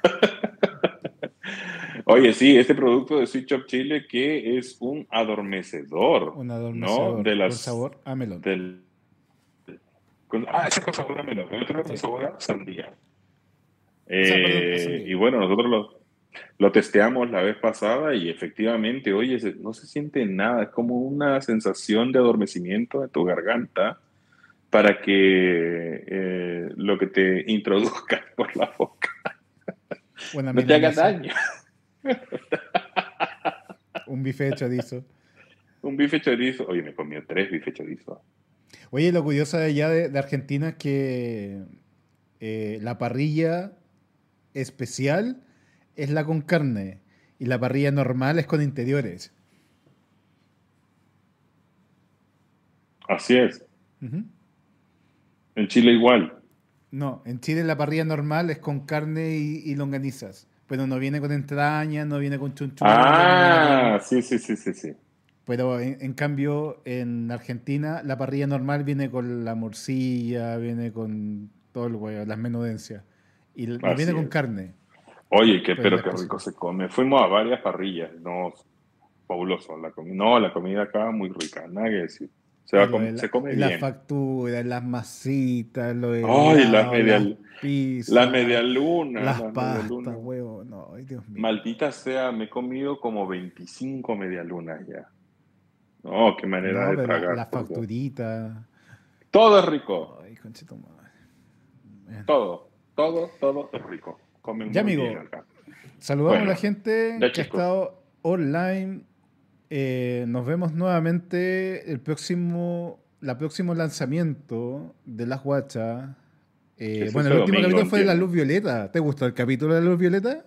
Oye, sí, este producto de Sweet Shop Chile que es un adormecedor, Un ¿no? adormecedor con sabor a melón. Del, ese con sabor a melón, el otro con Sí. sabor a sandía. O sea, perdón, a sandía. Y bueno, nosotros lo testeamos la vez pasada y efectivamente, oye, no se siente nada, es como una sensación de adormecimiento de tu garganta para que lo que te introduzca por la boca Una no te haga milanesa, daño. un bife de chorizo. Un bife chorizo, oye, me comió 3 bife chorizo. Oye, lo curioso de allá de Argentina es que la parrilla especial es la con carne y la parrilla normal es con interiores. Así es, Ujú. en Chile igual. No, en Chile la parrilla normal es con carne y longanizas, pero no viene con entraña, no viene con chunchullo, no viene con... Ah, sí, sí, sí, sí, sí. Pero en cambio en Argentina la parrilla normal viene con la morcilla, viene con todo el huevo, las menudencias. Y no viene Así con es. carne, Oye, pero pero la qué rico exposición. se come. Fuimos a varias parrillas, no, fabuloso la comida. No, la comida acá muy rica, nada que decir. Y lo de Se come y las bien. facturas, las masitas, los Ay, helados, las pizzas, las las pastas, medialunas. huevo. No, ay, Dios mío. Maldita sea, me he comido como 25 medialunas ya. No, qué manera No, de pero tragar, la por Dios. facturita. Todo es rico. Ay, conchito madre. Bueno. Todo es rico. Comen Ya, muy bien amigo, acá. saludamos a la Bueno, gente ya que ha chicos. estado online. Nos vemos nuevamente la próximo lanzamiento de Las Guachas. Que es Bueno, ese el último domingo, capítulo fue de la entiendo. luz violeta. ¿Te gustó el capítulo de la luz violeta?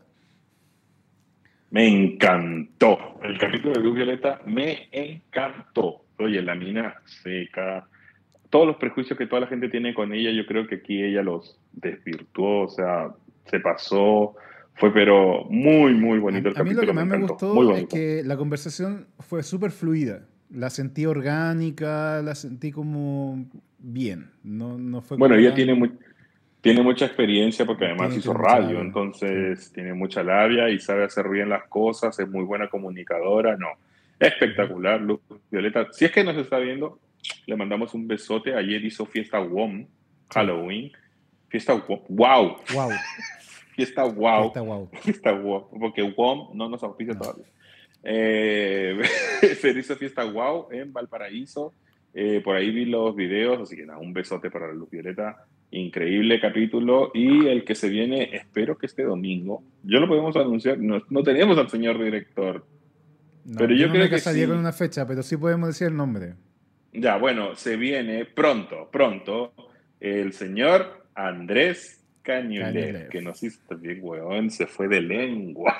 Me encantó. El capítulo de Luz Violeta me encantó. Oye, la mina seca. Todos los prejuicios que toda la gente tiene con ella, yo creo que aquí ella los desvirtuó, o sea, se pasó. Fue pero muy, muy bonito el A mí lo que capítulo, me más me encantó. Muy gustó es bonito. que la conversación fue súper fluida. La sentí orgánica, la sentí como bien. No, no fue Bueno, como ella tan... tiene mucha experiencia porque además hizo Tiene mucha radio, labia. Sí. entonces tiene mucha labia y sabe hacer bien las cosas, es muy buena comunicadora, no. Ujú. Espectacular, Luz Violeta. Si es que nos está viendo, le mandamos un besote. Ayer hizo fiesta WOM, Sí. Halloween. Fiesta WOM, wow, Wow. fiesta wow, Fiesta wow. fiesta WOM, porque WOM no nos auspicia No. todavía. Eh, se hizo fiesta wow en Valparaíso. Por ahí vi los videos, así que nada, un besote para la Luz Violeta. Increíble capítulo. Y el que se viene, espero que este domingo. Yo lo podemos anunciar, no tenemos al señor director, No, pero yo yo no me creo que casaría con sí. una fecha, pero sí podemos decir el nombre. Ya, bueno, se viene pronto, pronto, el señor Andrés Cañuelet, Cañuelet. que nos hizo también, weón, se fue de lengua.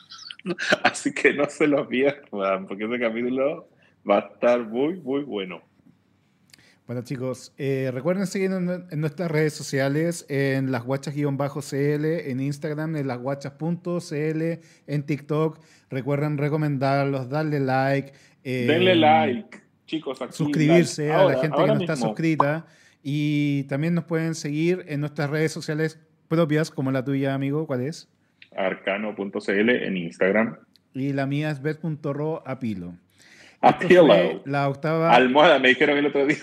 Así que no se lo pierdan, porque ese capítulo va a estar muy, muy bueno. Bueno, chicos, recuerden seguirnos en nuestras redes sociales, en lasguachas-cl, en Instagram, en lasguachas.cl, en TikTok. Recuerden recomendarlos, darle like, Denle like, chicos, aquí, like, suscribirse a la gente que ahora no está mismo, suscrita. Y también nos pueden seguir en nuestras redes sociales propias, como la tuya, amigo. ¿Cuál es? arcano.cl en Instagram. Y la mía es bet.ro apilo. A Esto fue pillow, la octava. almohada, me dijeron el otro día.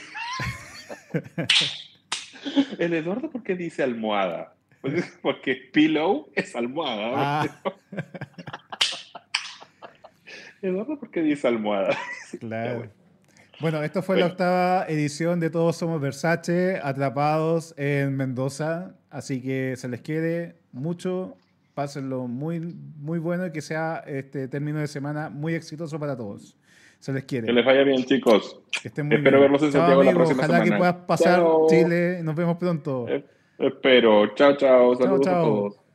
El Eduardo, ¿por qué dice almohada? Pues porque pillow es almohada. Ah, Eduardo, ¿por qué dice almohada? Ya claro. bueno. Bueno, esto fue la Bueno, octava edición de Todos Somos Versace, atrapados en Mendoza. Así que se les quiere mucho. Pásenlo muy, muy bueno y que sea este término de semana muy exitoso para todos. Se les que quiere. les vaya bien, chicos. Que estén muy Espero bien. verlos en Chao, Santiago la amigo. próxima Ojalá que semana. puedas pasar Chao. Chile. Nos vemos pronto. Espero. Chao, chao. Chao, Saludos a chao. todos.